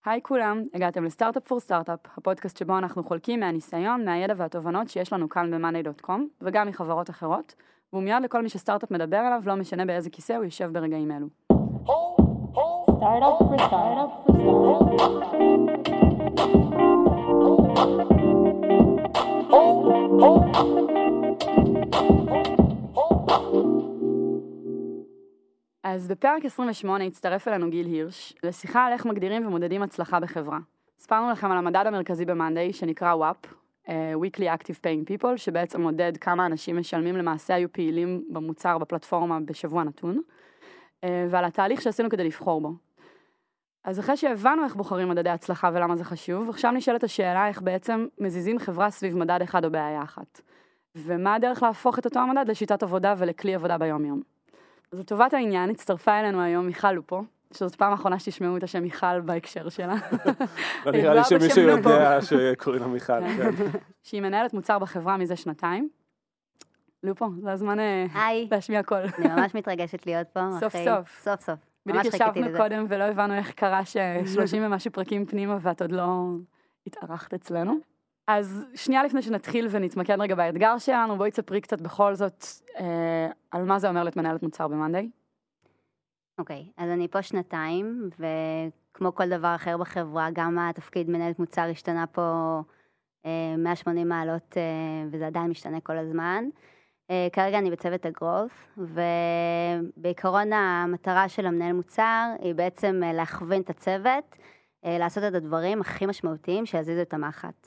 היי כולם, הגעתם לסטארט-אפ פור סטארט-אפ, הפודקאסט שבו אנחנו חולקים מהניסיון, מהידע והתובנות שיש לנו כאן ב-monday.com, וגם מחברות אחרות, והוא מיד לכל מי שסטארט-אפ מדבר עליו, לא משנה באיזה כיסא הוא יושב ברגעים אלו. סטארט-אפ פור סטארט-אפ אז בפרק 28 הצטרף אלינו גיל הירש, לשיחה על איך מגדירים ומודדים הצלחה בחברה. הספרנו לכם על המדד המרכזי ב-Monday שנקרא WAP, Weekly Active Paying People, שבעצם מודד כמה אנשים משלמים למעשה היו פעילים במוצר בפלטפורמה בשבוע נתון, ועל התהליך שעשינו כדי לבחור בו. אז אחרי שהבנו איך בוחרים מדדי הצלחה ולמה זה חשוב, עכשיו נשאלת השאלה איך בעצם מזיזים חברה סביב מדד אחד או בעיה אחת. ומה הדרך להפוך את אותו המדד לשיטת עבודה ולכלי עבודה ביום-יום. אז לטובת העניין הצטרפה אלינו היום מיכל לופו, שזאת פעם האחרונה שתשמעו את השם מיכל בהקשר שלה. לא נראה לי שמישהו יודע שקוראים לה מיכל. שהיא מנהלת מוצר בחברה מזה 2 לופו, זה הזמן להשמיע קול. אני ממש מתרגשת להיות פה. סוף סוף. בדיוק ישבנו קודם ולא הבנו איך קרה ש30 ומשהו פרקים פנימה ואת עוד לא התארחת אצלנו. אז שנייה לפני שנתחיל ונתמקד רגע באתגר שלנו, בואי תספרי קצת בכל זאת על מה זה אומר להיות מנהלת מוצר ב-Monday. אוקיי, אז אני פה 2 וכמו כל דבר אחר בחברה, גם התפקיד מנהלת מוצר השתנה פה 180 מעלות וזה עדיין משתנה כל הזמן. כרגע אני בצוות הגרוס, ובעיקרון המטרה של המנהל מוצר היא בעצם להכווין את הצוות, לעשות את הדברים הכי משמעותיים שיזיזו את המחט.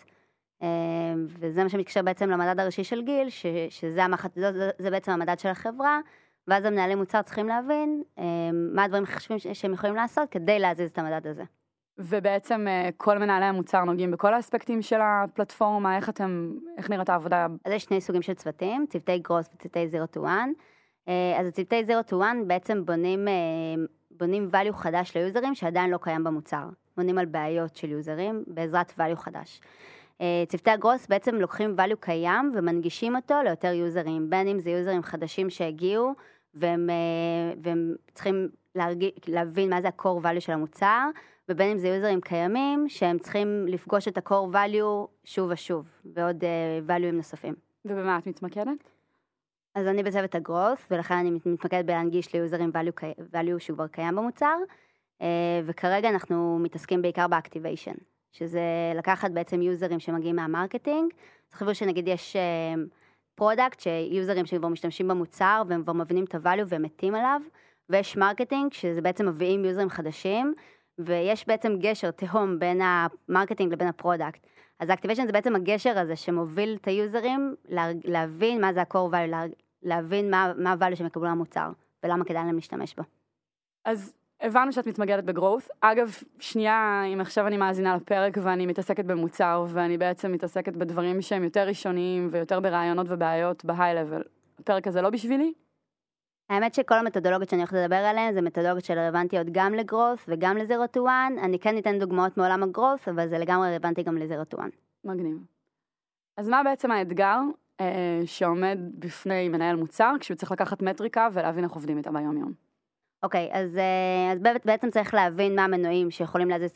וזה מה שמתקשר בעצם למדד הראשי של גיל, שזה המחט, זה בעצם המדד של החברה, ואז המנהלי מוצר צריכים להבין מה הדברים החשובים שהם יכולים לעשות כדי להזיז את המדד הזה. ובעצם כל מנהלי המוצר נוגעים בכל האספקטים של הפלטפורמה, איך נראית העבודה? אז יש 2 סוגים של צוותים, צוותי גרוס וצוותי 0 to 1. אז הצוותי 0 to 1 בעצם בונים value חדש ליוזרים שעדיין לא קיים במוצר. בונים על בעיות של יוזרים בעזרת value חדש. צוותי הגרוס בעצם לוקחים value קיים ומנגישים אותו ליותר יוזרים, בין אם זה יוזרים חדשים שהגיעו, והם צריכים להבין מה זה ה-core value של המוצר, ובין אם זה יוזרים קיימים שהם צריכים לפגוש את ה-core value שוב ושוב, ועוד value'ים נוספים. ובמה את מתמקדת? אז אני בצוות הגרוס, ולכן אני מתמקדת בלהנגיש ליוזרים value שהוא כבר קיים במוצר, וכרגע אנחנו מתעסקים בעיקר באקטיביישן. שזה לקחת בעצם יוזרים שמגיעים מהמרקטינג. תחשבו שנגיד יש פרודקט שיוזרים שכבר משתמשים במוצר והם כבר מבינים את הvalue והם מתים עליו, ויש מרקטינג שזה בעצם מביאים יוזרים חדשים, ויש בעצם גשר תהום בין המרקטינג לבין הפרודקט. אז האקטיביישן זה בעצם הגשר הזה שמוביל את היוזרים להבין מה זה ה-core value, להבין מה ה-value שהם יקבלו למוצר, ולמה כדאי להם להשתמש בו. אז הבנו שאת מתמקדת בגרוס. אגב, שנייה, אם עכשיו אני מאזינה לפרק ואני מתעסקת במוצר, ואני בעצם מתעסקת בדברים שהם יותר ראשוניים ויותר ברעיונות ובעיות בהיי-לבל. הפרק הזה לא בשבילי? האמת שכל המתודולוגיות שאני הולכת לדבר עליהן, זה מתודולוגיות שרלוונטיות גם לגרוס וגם ל0 to 1. אני כן ניתן דוגמאות מעולם הגרוס, אבל זה לגמרי רלוונטי גם ל0 to 1. מגניב. אז מה בעצם האתגר שעומד בפני מנהל מוצר, כשהוא צריך לקחת מטריקה ולהבין איך עובדים איתה ביום-יום? אוקיי, אז בעצם צריך להבין מה המנועים שיכולים להזיז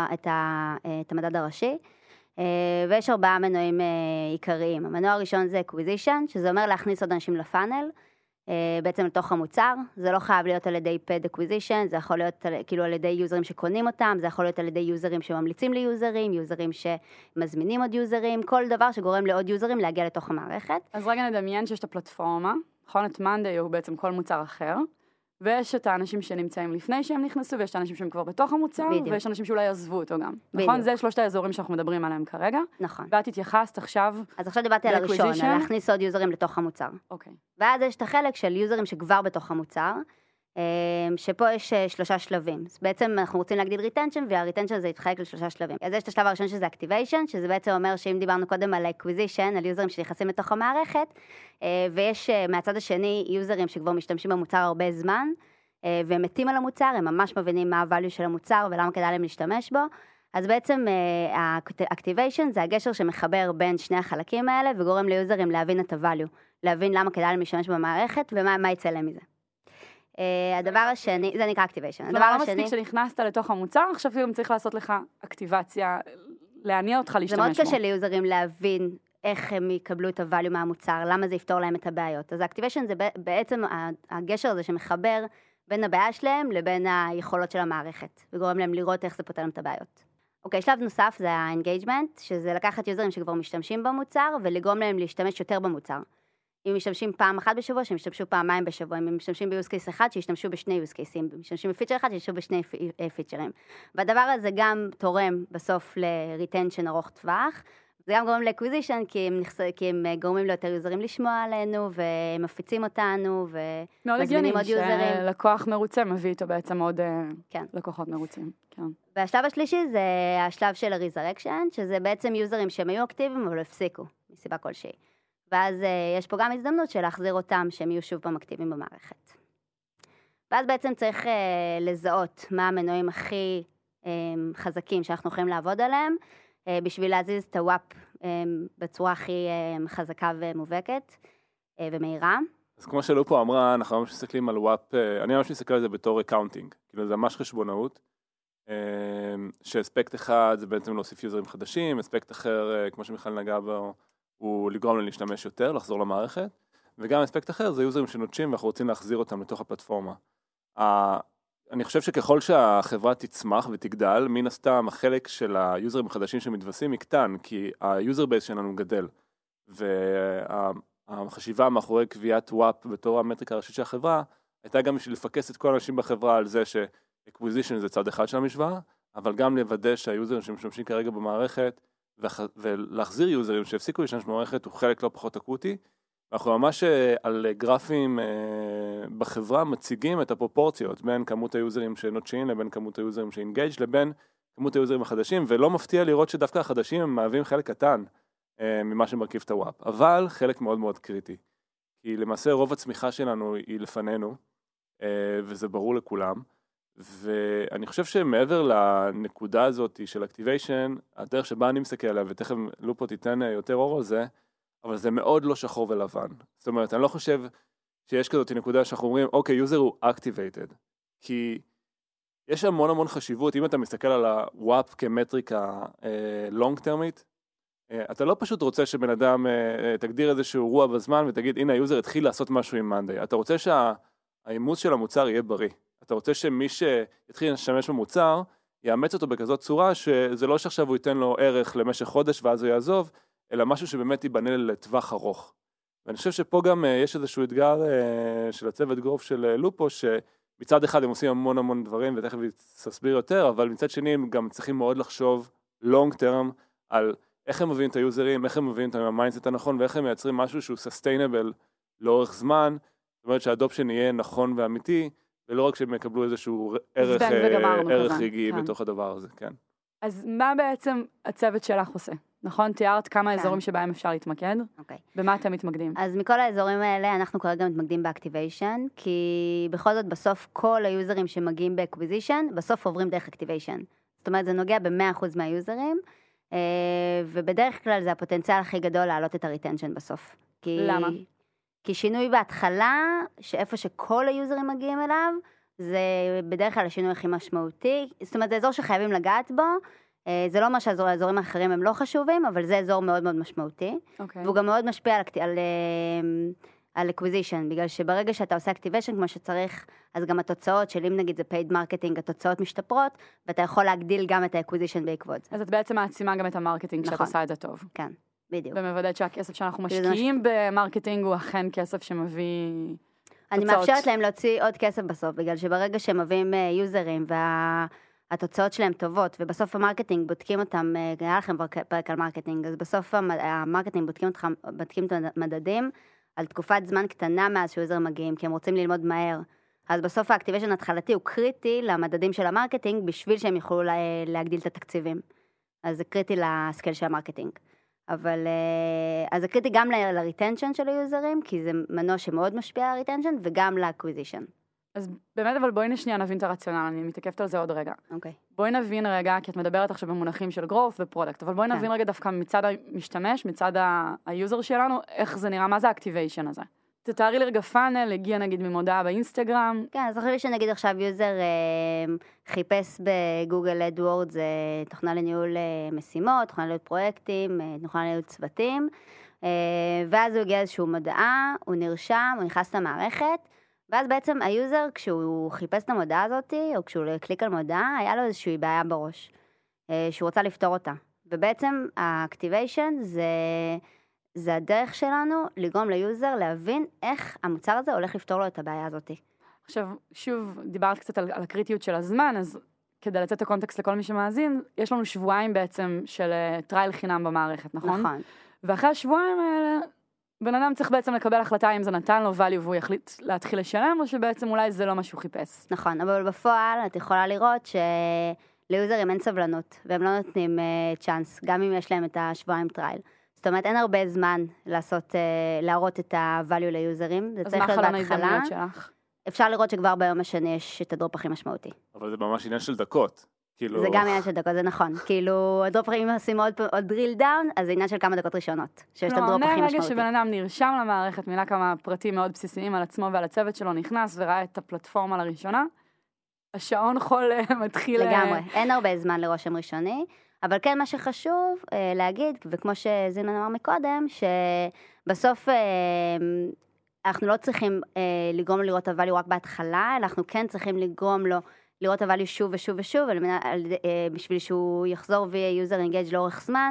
את המדד הראשי, ויש 4 מנועים עיקריים. המנוע הראשון זה acquisition, שזה אומר להכניס עוד אנשים לפאנל, בעצם לתוך המוצר. זה לא חייב להיות על ידי paid acquisition, זה יכול להיות כאילו על ידי יוזרים שקונים אותם, זה יכול להיות על ידי יוזרים שממליצים ליוזרים, יוזרים שמזמינים עוד יוזרים, כל דבר שגורם לעוד יוזרים להגיע לתוך המערכת. אז רגע נדמיין שיש את הפלטפורמה, נכון? את Monday הוא בעצם כל מוצר אחר. ויש את האנשים שנמצאים לפני שהם נכנסו, ויש את האנשים שהם כבר בתוך המוצר, בדיוק. ויש אנשים שאולי עזבו אותו גם. בדיוק. נכון? זה 3 האזורים שאנחנו מדברים עליהם כרגע. נכון. ואת התייחסת עכשיו... אז עכשיו דיברתי על הראשון, על להכניס עוד יוזרים לתוך המוצר. אוקיי. ואז יש את החלק של יוזרים שכבר בתוך המוצר, שפה יש 3 שלבים. בעצם אנחנו רוצים להגדיל retention, וה-retention זה יתחלק ל3 שלבים. אז יש את השלב הראשון שזה activation, שזה בעצם אומר שאם דיברנו קודם על acquisition, על יוזרים שנכנסים לתוך המערכת, ויש מהצד השני יוזרים שכבר משתמשים במוצר הרבה זמן, והם מתים על המוצר, הם ממש מבינים מה ה-value של המוצר ולמה כדאי להם להשתמש בו. אז בעצם ה-activation זה הגשר שמחבר בין שני החלקים האלה, וגורם ליוזרים להבין את ה-value, להבין למה כדאי להם להשתמש במערכת ומה יצא להם מזה. הדבר השני, זה נקרא activation. הדבר לא השני, מספיק שנכנסת לתוך המוצר, עכשיו גם צריך לעשות לך אקטיבציה, להניע אותך להשתמש בו. זה מאוד קשה ליוזרים להבין איך הם יקבלו את הvalue מהמוצר, למה זה יפתור להם את הבעיות. אז activation זה בעצם הגשר הזה שמחבר בין הבעיה שלהם לבין היכולות של המערכת, וגורם להם לראות איך זה פותר להם את הבעיות. אוקיי, שלב נוסף זה ה-engagement, שזה לקחת יוזרים שכבר משתמשים במוצר, ולגרום להם להשתמש יותר במוצר. אם משתמשים פעם אחת בשבוע, שישתמשו פעמיים בשבוע. אם משתמשים ב-use case אחד, שישתמשו בשני use cases. אם משתמשים בפיצ'ר אחד, שישתמשו בשני פיצ'רים. והדבר הזה גם תורם בסוף ל-retention ארוך טווח. זה גם גורם ל-acquisition, כי הם גורמים ליותר יוזרים לשמוע עלינו, ומפיצים אותנו, ומזמינים עוד יוזרים. מאוד הגיוני שלקוח מרוצה מביא איתו בעצם עוד לקוחות מרוצים. כן. והשלב השלישי זה השלב של ה-resurrection, שזה בעצם יוזרים שהם היו אקטיביים, אבל הפסיקו, מסיבה כלשהי. ואז יש פה גם הזדמנות של להחזיר אותם שהם יהיו שוב פעם אקטיביים במערכת. ואז בעצם צריך לזהות מה המנועים הכי חזקים שאנחנו יכולים לעבוד עליהם, בשביל להזיז את הוואפ בצורה הכי חזקה ומובהקת ומהירה. אז כמו שלופו אמרה, אנחנו ממש מסתכלים על וואפ, אני ממש מסתכל על זה בתור אקאונטינג, כאילו זה ממש חשבונאות, שאספקט אחד זה בעצם להוסיף יוזרים חדשים, אספקט אחר, כמו שמיכל נגע בו, הוא לגרום להם להשתמש יותר, לחזור למערכת, וגם אספקט אחר זה יוזרים שנוטשים ואנחנו רוצים להחזיר אותם לתוך הפלטפורמה. אני חושב שככל שהחברה תצמח ותגדל, מן הסתם החלק של היוזרים החדשים שמתווספים יקטן, כי היוזר בייס שלנו גדל, והחשיבה מאחורי קביעת וואפ בתור המטריקה הראשית של החברה, הייתה גם בשביל לפקס את כל האנשים בחברה על זה ש-acquisition זה צד אחד של המשוואה, אבל גם לוודא שהיוזרים שמשתמשים כרגע במערכת, ולהחזיר יוזרים שהפסיקו להשתמש במערכת הוא חלק לא פחות אקוטי, ואנחנו ממש על גרפים בחברה מציגים את הפרופורציות בין כמות היוזרים שנוטשים לבין כמות היוזרים שאינגייג' לבין כמות היוזרים החדשים, ולא מפתיע לראות שדווקא החדשים הם מהווים חלק קטן ממה שמרכיב את הוואפ, אבל חלק מאוד מאוד קריטי, כי למעשה רוב הצמיחה שלנו היא לפנינו, וזה ברור לכולם, ואני חושב שמעבר לנקודה הזאת של אקטיביישן, הדרך שבה אני מסתכל עליה, ותכף לופו תיתן יותר אור על זה, אבל זה מאוד לא שחור ולבן. זאת אומרת, אני לא חושב שיש כזאת נקודה שאנחנו אומרים, אוקיי, יוזר הוא activated, כי יש המון המון חשיבות, אם אתה מסתכל על הוואפ כמטריקה long termית, אתה לא פשוט רוצה שבן אדם תגדיר איזשהו אירוע בזמן ותגיד, הנה היוזר התחיל לעשות משהו עם מאנדיי. אתה רוצה שהאימוץ של המוצר יהיה בריא. אתה רוצה שמי שיתחיל לשמש במוצר, יאמץ אותו בכזאת צורה שזה לא שעכשיו הוא ייתן לו ערך למשך חודש ואז הוא יעזוב, אלא משהו שבאמת ייבנה לטווח ארוך. ואני חושב שפה גם יש איזשהו אתגר של הצוות גרוף של לופו, שמצד אחד הם עושים המון המון דברים, ותכף תסביר יותר, אבל מצד שני הם גם צריכים מאוד לחשוב long term על איך הם מביאים את היוזרים, איך הם מביאים את המיינדסט הנכון, ואיך הם מייצרים משהו שהוא sustainable לאורך זמן, זאת אומרת שהאדופשן יהיה נכון ואמיתי, ולא רק שהם יקבלו איזשהו ערך רגעי בתוך הדבר הזה, כן. אז מה בעצם הצוות שלך עושה? נכון? תיארת כמה אזורים שבהם אפשר להתמקד? אוקיי. במה אתם מתמקדים? אז מכל האזורים האלה אנחנו כרגע מתמקדים באקטיביישן, כי בכל זאת בסוף כל היוזרים שמגיעים באקוויזישן, בסוף עוברים דרך אקטיביישן. זאת אומרת, זה נוגע ב-100% מהיוזרים, ובדרך כלל זה הפוטנציאל הכי גדול להעלות את הריטנשן בסוף. למה? כי שינוי בהתחלה, שאיפה שכל היוזרים מגיעים אליו, זה בדרך כלל השינוי הכי משמעותי. זאת אומרת, זה אזור שחייבים לגעת בו, זה לא מה שהאזורים האחרים הם לא חשובים, אבל זה אזור מאוד מאוד משמעותי. והוא גם מאוד משפיע על acquisition, בגלל שברגע שאתה עושה activation כמו שצריך, אז גם התוצאות של אם נגיד זה paid marketing, התוצאות משתפרות, ואתה יכול להגדיל גם את ה-acquisition בעקבות. אז את בעצם מעצימה גם את המרקטינג שאת עושה את זה טוב. כן, בדיוק. ומוודאת שהכסף שאנחנו משקיעים במרקטינג הוא אכן כסף שמביא תוצאות. אני מאפשרת להם להוציא עוד כסף בסוף, בגלל שברגע שהם מביאים יוזרים והתוצאות שלהם טובות, ובסוף המרקטינג בודקים אותם, היה לכם פרק על מרקטינג, אז בסוף המרקטינג בודקים את המדדים, על תקופת זמן קטנה מאז שיוזרים מגיעים, כי הם רוצים ללמוד מהר. אז בסוף האקטיביישן התחלתי הוא קריטי למדדים של המרקטינג, בשביל שהם יוכלו להגדיל את התקציבים. אז זה קריטי לסקייל של המרקטינג. אבל, אז זה קריטי גם לריטנשן של היוזרים, כי זה מנוע שמאוד משפיע על הריטנשן, וגם לאקוויזישן. אז באמת, אבל בואי נשנייה נבין את הרציונל, אני מתעכבת על זה עוד רגע. אוקיי. בואי נבין רגע, כי את מדברת עכשיו במונחים של growth ופרודקט, אבל בואי נבין רגע דווקא מצד המשתמש, מצד היוזר שלנו, איך זה נראה, מה זה האקטיביישן הזה? תתארי לי רגע פאנל, הגיע נגיד ממודעה באינסטגרם. כן, אז תחשבי שנגיד עכשיו יוזר חיפש בגוגל אדוורדס, זה תוכנה לניהול משימות, תוכנה לניהול פרויקטים, תוכנה לניהול צוותים, ואז הוא הגיע איזשהו מודעה, הוא נרשם, הוא נכנס למערכת, ואז בעצם היוזר, כשהוא חיפש את המודעה הזאת, או כשהוא קליק על מודעה, היה לו איזושהי בעיה בראש, שהוא רוצה לפתור אותה. ובעצם האקטיביישן זה הדרך שלנו לגרום ליוזר להבין איך המוצר הזה הולך לפתור לו את הבעיה הזאת. עכשיו, שוב, דיברת קצת על הקריטיות של הזמן, אז כדי לתת את הקונטקסט לכל מי שמאזין, יש לנו שבועיים בעצם של טרייל חינם במערכת, נכון? נכון. ואחרי השבועיים האלה, בן אדם צריך בעצם לקבל החלטה אם זה נתן לו value והוא יחליט להתחיל לשלם, או שבעצם אולי זה לא מה שהוא חיפש. נכון, אבל בפועל את יכולה לראות שליוזרים אין סבלנות, והם לא נותנים צ'אנס, גם אם יש להם את השבועיים טרייל. זאת אומרת, אין הרבה זמן להראות את ה-value ליוזרים. אז מה חלון ההזדמנויות שלך? אפשר לראות שכבר ביום השני יש את הדרופ הכי משמעותי. אבל זה ממש עניין של דקות. זה גם עניין של דקות, זה נכון. כאילו, הדרופ הכי, אם עושים עוד drill down, אז זה עניין של כמה דקות ראשונות, שיש את הדרופ הכי משמעותי. מהרגע שבן אדם נרשם למערכת, מילא כמה פרטים מאוד בסיסיים על עצמו ועל הצוות שלו, נכנס וראה את הפלטפורמה לראשונה, השעון חול מתחיל... לגמרי, אין הרבה זמן לרושם ראשוני, אבל כן מה שחשוב להגיד, וכמו שזילמן אמר מקודם, שבסוף אנחנו לא צריכים לגרום לו לראות את הvalue רק בהתחלה, אנחנו כן צריכים לגרום לו לראות את הvalue שוב ושוב ושוב, בשביל שהוא יחזור ויהיה user engage לאורך זמן,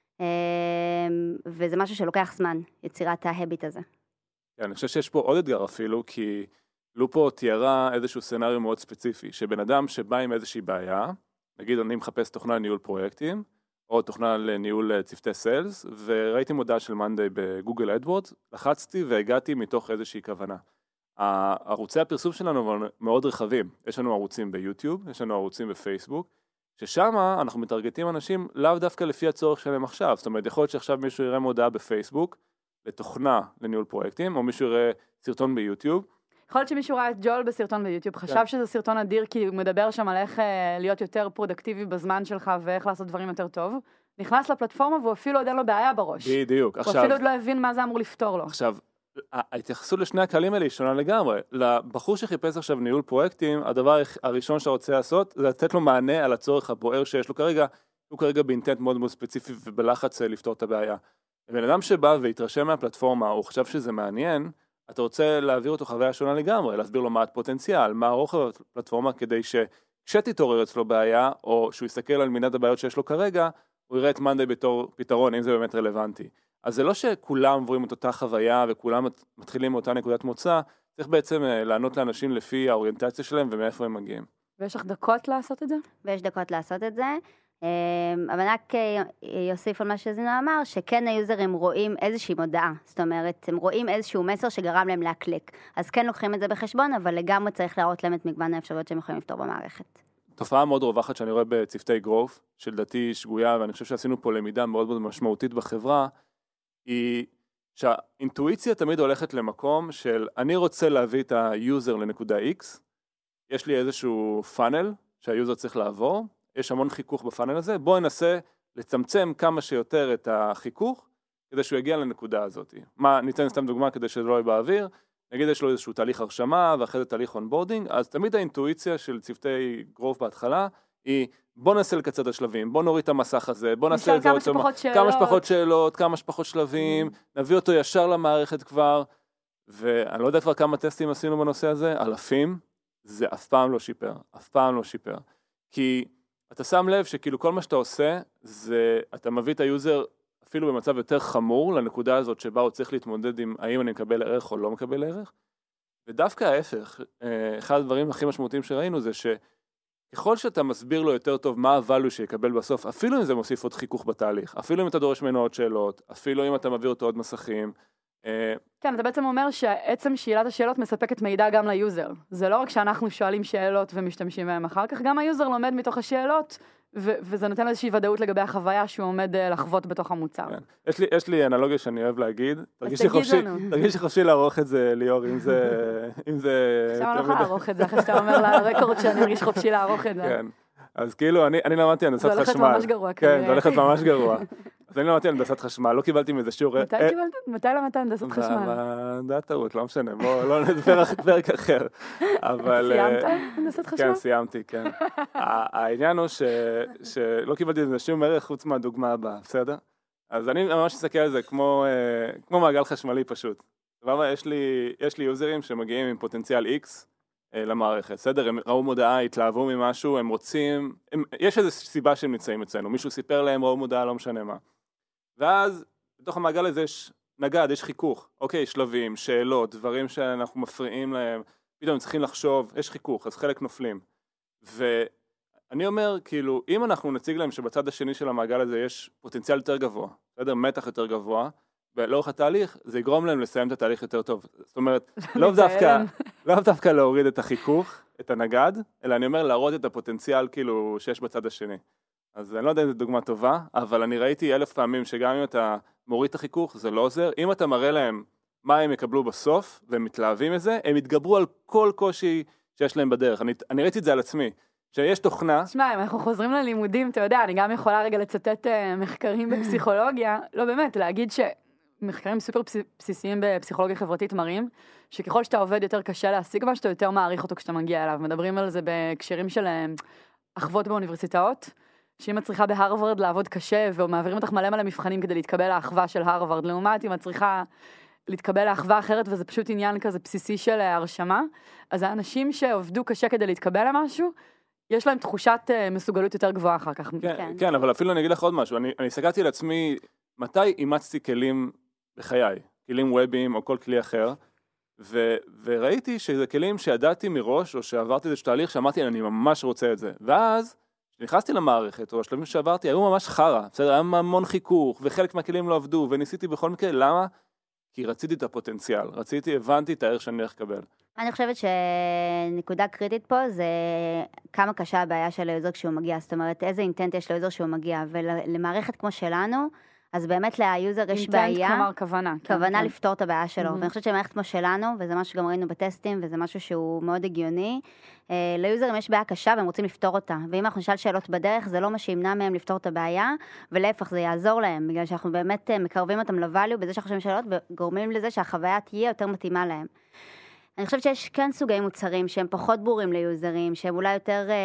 וזה משהו שלוקח זמן, יצירת ההביט הזה. אני חושב שיש פה עוד אתגר אפילו, כי לופו תיארה איזשהו סצנריו מאוד ספציפי, שבן אדם שבא עם איזושהי בעיה, נגיד אני מחפש תוכנה לניהול פרויקטים, או תוכנה לניהול צוותי סיילס, וראיתי מודעה של מאנדיי בגוגל אדוורדס, לחצתי והגעתי מתוך איזושהי כוונה. ערוצי הפרסום שלנו מאוד רחבים, יש לנו ערוצים ביוטיוב, יש לנו ערוצים בפייסבוק, ששם אנחנו מטרגטים אנשים לאו דווקא לפי הצורך שלהם עכשיו, זאת אומרת יכול להיות שעכשיו מישהו יראה מודעה בפייסבוק, לתוכנה לניהול פרויקטים, או מישהו יראה סרטון ביוטיוב, יכול להיות שמישהו ראה את ג'ול בסרטון ביוטיוב, חשב שזה סרטון אדיר כי הוא מדבר שם על איך להיות יותר פרודקטיבי בזמן שלך ואיך לעשות דברים יותר טוב, נכנס לפלטפורמה והוא אפילו עוד אין לו בעיה בראש. בדיוק. הוא אפילו עוד לא הבין מה זה אמור לפתור לו. עכשיו, ההתייחסות לשני הקהלים האלה היא שונה לגמרי. לבחור שחיפש עכשיו ניהול פרויקטים, הדבר הראשון שאתה רוצה לעשות זה לתת לו מענה על הצורך הבוער שיש לו כרגע, הוא כרגע באינטנט מאוד מאוד ספציפי ובלחץ לפתור את הבעיה. בן אדם שבא והתרשם מהפלטפורמה, הוא חשב שזה מעניין, אתה רוצה להעביר אותו חוויה שונה לגמרי, להסביר לו מה הפוטנציאל, מה הרוחב הפלטפורמה, כדי שכשתתעורר אצלו בעיה, או שהוא יסתכל על מנעד הבעיות שיש לו כרגע, הוא יראה את מאנדיי בתור פתרון, אם זה באמת רלוונטי. אז זה לא שכולם עוברים את אותה חוויה, וכולם מתחילים מאותה נקודת מוצא, צריך בעצם לענות לאנשים לפי האוריינטציה שלהם, ומאיפה הם מגיעים. ויש לך דקות לעשות את זה? ויש דקות לעשות את זה. אבל רק יוסיף על מה שזינו אמר, שכן היוזרים רואים איזושהי מודעה, זאת אומרת, הם רואים איזשהו מסר שגרם להם להקליק, אז כן לוקחים את זה בחשבון, אבל לגמרי צריך להראות להם את מגוון האפשרויות שהם יכולים לפתור במערכת. תופעה מאוד רווחת שאני רואה בצוותי גרוף, שלדעתי שגויה, ואני חושב שעשינו פה למידה מאוד מאוד משמעותית בחברה, היא שהאינטואיציה תמיד הולכת למקום של אני רוצה להביא את היוזר לנקודה X, יש לי איזשהו פאנל שהיוזר צריך לעבור, יש המון חיכוך בפאנל הזה, בואו ננסה לצמצם כמה שיותר את החיכוך, כדי שהוא יגיע לנקודה הזאת. ניתן סתם דוגמה כדי שזה לא יהיה באוויר, נגיד יש לו איזשהו תהליך הרשמה, ואחרי זה תהליך אונבורדינג, אז תמיד האינטואיציה של צוותי גרוף בהתחלה, היא בואו ננסה לקצר את השלבים, בואו נוריד את המסך הזה, בואו נעשה את זה כמה שפחות שאלות, כמה שפחות שלבים, נביא אותו ישר למערכת כבר, ואני לא יודע כבר כמה טסטים עשינו בנושא הזה, אלפים, זה אף פעם לא שיפר, אף פעם לא שיפר. כי אתה שם לב שכאילו כל מה שאתה עושה, זה אתה מביא את היוזר אפילו במצב יותר חמור לנקודה הזאת שבה הוא צריך להתמודד עם האם אני מקבל ערך או לא מקבל ערך. ודווקא ההפך, אחד הדברים הכי משמעותיים שראינו זה שככל שאתה מסביר לו יותר טוב מה הvalue שיקבל בסוף, אפילו אם זה מוסיף עוד חיכוך בתהליך, אפילו אם אתה דורש ממנו עוד שאלות, אפילו אם אתה מביא אותו עוד מסכים. כן, אתה בעצם אומר שעצם שאלת השאלות מספקת מידע גם ליוזר. זה לא רק שאנחנו שואלים שאלות ומשתמשים בהם אחר כך, גם היוזר לומד מתוך השאלות, וזה נותן איזושהי ודאות לגבי החוויה שהוא עומד לחוות בתוך המוצר. יש לי אנלוגיה שאני אוהב להגיד, תרגישי חופשי לערוך את זה, ליאור, אם זה... עכשיו אני לא יכולה לערוך את זה, אחרי שאתה אומר לרקורד שאני ארגיש חופשי לערוך את זה. כן, אז כאילו אני למדתי הנדסת חשמל. זה הולכת ממש גרוע. כן, זה הולכת ממש גרוע. אז אני למדתי הנדסת חשמל, לא קיבלתי מזה שיעור. מתי למדת הנדסת חשמל? זה טעות, לא משנה, בואו לא נדבר פרק אחר. סיימת הנדסת חשמל? כן, סיימתי, כן. העניין הוא שלא קיבלתי מזה שום ערך חוץ מהדוגמה הבאה, בסדר? אז אני ממש אסתכל על זה כמו מעגל חשמלי פשוט. יש לי יוזרים שמגיעים עם פוטנציאל X למערכת, בסדר? הם ראו מודעה, התלהבו ממשהו, הם רוצים, יש איזו סיבה שהם נמצאים אצלנו, מישהו סיפר להם, ראו מודעה, לא משנה מה. ואז בתוך המעגל הזה יש נגד, יש חיכוך, אוקיי, שלבים, שאלות, דברים שאנחנו מפריעים להם, פתאום הם צריכים לחשוב, יש חיכוך, אז חלק נופלים. ואני אומר, כאילו, אם אנחנו נציג להם שבצד השני של המעגל הזה יש פוטנציאל יותר גבוה, בסדר? מתח יותר גבוה, ולאורך התהליך, זה יגרום להם לסיים את התהליך יותר טוב. זאת אומרת, לא דווקא להוריד את החיכוך, את הנגד, אלא אני אומר להראות את הפוטנציאל כאילו שיש בצד השני. אז אני לא יודע אם זו דוגמה טובה, אבל אני ראיתי 1000 פעמים שגם אם אתה מוריד את החיכוך, זה לא עוזר. אם אתה מראה להם מה הם יקבלו בסוף, והם מתלהבים מזה, הם יתגברו על כל קושי שיש להם בדרך. אני ראיתי את זה על עצמי. שיש תוכנה... תשמע, אם אנחנו חוזרים ללימודים, אתה יודע, אני גם יכולה רגע לצטט מחקרים בפסיכולוגיה, לא באמת, להגיד מחקרים סופר בסיסיים בפסיכולוגיה חברתית מראים, שככל שאתה עובד יותר קשה להשיג מה, שאתה יותר מעריך אותו כשאתה מגיע אליו. מדברים על זה בהקשרים של אחוות באוניברסיטאות, שאם את צריכה בהרווארד לעבוד קשה, ומעבירים אותך מלא מבחנים כדי להתקבל לאחווה של הרווארד, לעומת אם את צריכה להתקבל לאחווה אחרת, וזה פשוט עניין כזה בסיסי של הרשמה, אז האנשים שעובדו קשה כדי להתקבל למשהו, יש להם תחושת מסוגלות יותר גבוהה אחר כך. כן, אבל אפילו אני אגיד לך עוד משהו, אני סגרתי לעצמי מתי אימצתי כלים בחיי, כלים ווביים או כל כלי אחר, וראיתי שזה כלים שידעתי מראש, או שעברתי איזה תהליך שאמרתי, אני ממש רוצה את זה. ואז, כשנכנסתי למערכת, או השלבים שעברתי, היו ממש חרה, בסדר, היה המון חיכוך, וחלק מהכלים לא עבדו, וניסיתי בכל מקרה, למה? כי רציתי את הפוטנציאל, הבנתי את הערך שאני הולך לקבל. אני חושבת שנקודה קריטית פה זה כמה קשה הבעיה של היוזר כשהוא מגיע, זאת אומרת, איזה אינטנט יש ליוזר כשהוא מגיע, ולמערכת כמו שלנו, אז באמת ליוזר יש בעיה, כלומר כוונה לפתור את הבעיה שלו, ואני חושבת שמערכת כמו שלנו, וזה משהו שגם ראינו בטסטים, וזה משהו שהוא מאוד הגיוני, ליוזרים יש בעיה קשה והם רוצים לפתור אותה, ואם אנחנו נשאל שאלות בדרך, זה לא מה שימנע מהם לפתור את הבעיה, ולהפך זה יעזור להם, בגלל שאנחנו באמת מקרבים אותם לvalue, בזה שאנחנו שואלים שאלות, וגורמים לזה שהחוויה תהיה יותר מתאימה להם. אני חושבת שיש כן סוגי מוצרים שהם פחות ברורים ליוזרים, שהם אולי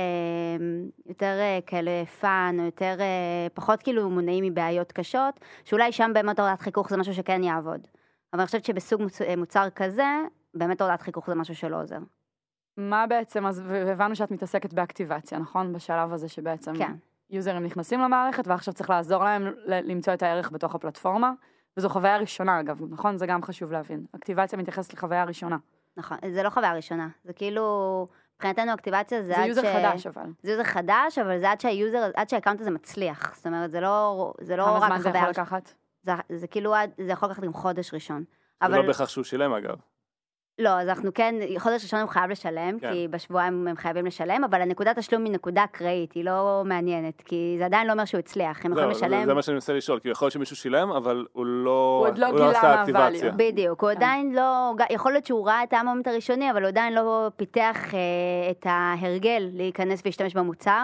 יותר כאלה פאן, או יותר פחות כאילו מונעים מבעיות קשות, שאולי שם באמת הורדת חיכוך זה משהו שכן יעבוד. אבל אני חושבת שבסוג מוצר כזה, באמת הורדת חיכוך זה משהו שלא עוזר. מה בעצם, אז הבנו שאת מתעסקת באקטיבציה, נכון? בשלב הזה שבעצם כן. יוזרים נכנסים למערכת, ועכשיו צריך לעזור להם למצוא את הערך בתוך הפלטפורמה, וזו חוויה ראשונה אגב, נכון? זה גם חשוב להבין. אקטיבציה מתייחסת לחוויה ראשונה. נכון, זה לא חוויה ראשונה, זה כאילו, מבחינתנו אקטיבציה זה עד יוזר חדש אבל. זה יוזר חדש, אבל זה עד שהאקאונט הזה מצליח, זאת אומרת, זה לא רק החוויה. כמה זמן זה יכול לקחת? זה כאילו, זה יכול לקחת עם חודש ראשון. זה לא בהכרח שהוא שילם אגב. לא, אז אנחנו כן, חודש ראשון הם חייב לשלם, כי בשבועיים הם חייבים לשלם, אבל הנקודת תשלום היא נקודה אקראית, היא לא מעניינת, כי זה עדיין לא אומר שהוא הצליח, הם יכולים לשלם. זה מה שאני מנסה לשאול, כי יכול להיות שמישהו שילם, אבל הוא לא עשה אקטיבציה. בדיוק, הוא עדיין לא, יכול להיות שהוא ראה את המומנט הראשוני, אבל הוא עדיין לא פיתח את ההרגל להיכנס ולהשתמש במוצר,